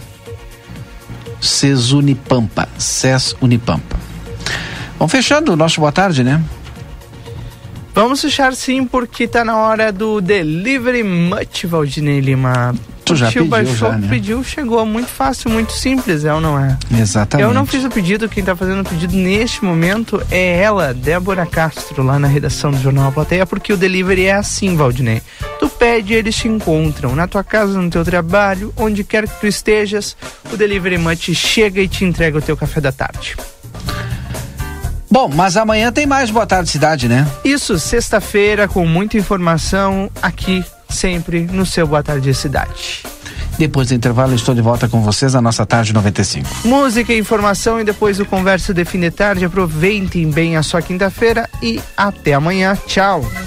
CESU Unipampa. CES Unipampa. Vamos fechando o nosso boa tarde, né? Vamos fechar sim, porque tá na hora do Delivery Much, Valdinei Lima. Tu já pediu, baixou, já, né? Pediu, chegou, muito fácil, muito simples, é ou não é? Exatamente. Eu não fiz o pedido, quem tá fazendo o pedido neste momento é ela, Débora Castro, lá na redação do Jornal A Plateia, porque o delivery é assim, Valdinei. Tu pede, eles te encontram, na tua casa, no teu trabalho, onde quer que tu estejas, o Delivery Much chega e te entrega o teu café da tarde. Bom, mas amanhã tem mais Boa Tarde Cidade, né? Isso, sexta-feira, com muita informação aqui, sempre no seu Boa Tarde Cidade. Depois do intervalo, eu estou de volta com vocês na nossa Tarde 95. Música, informação e depois o Conversa de Fim de Tarde. Aproveitem bem a sua quinta-feira e até amanhã. Tchau.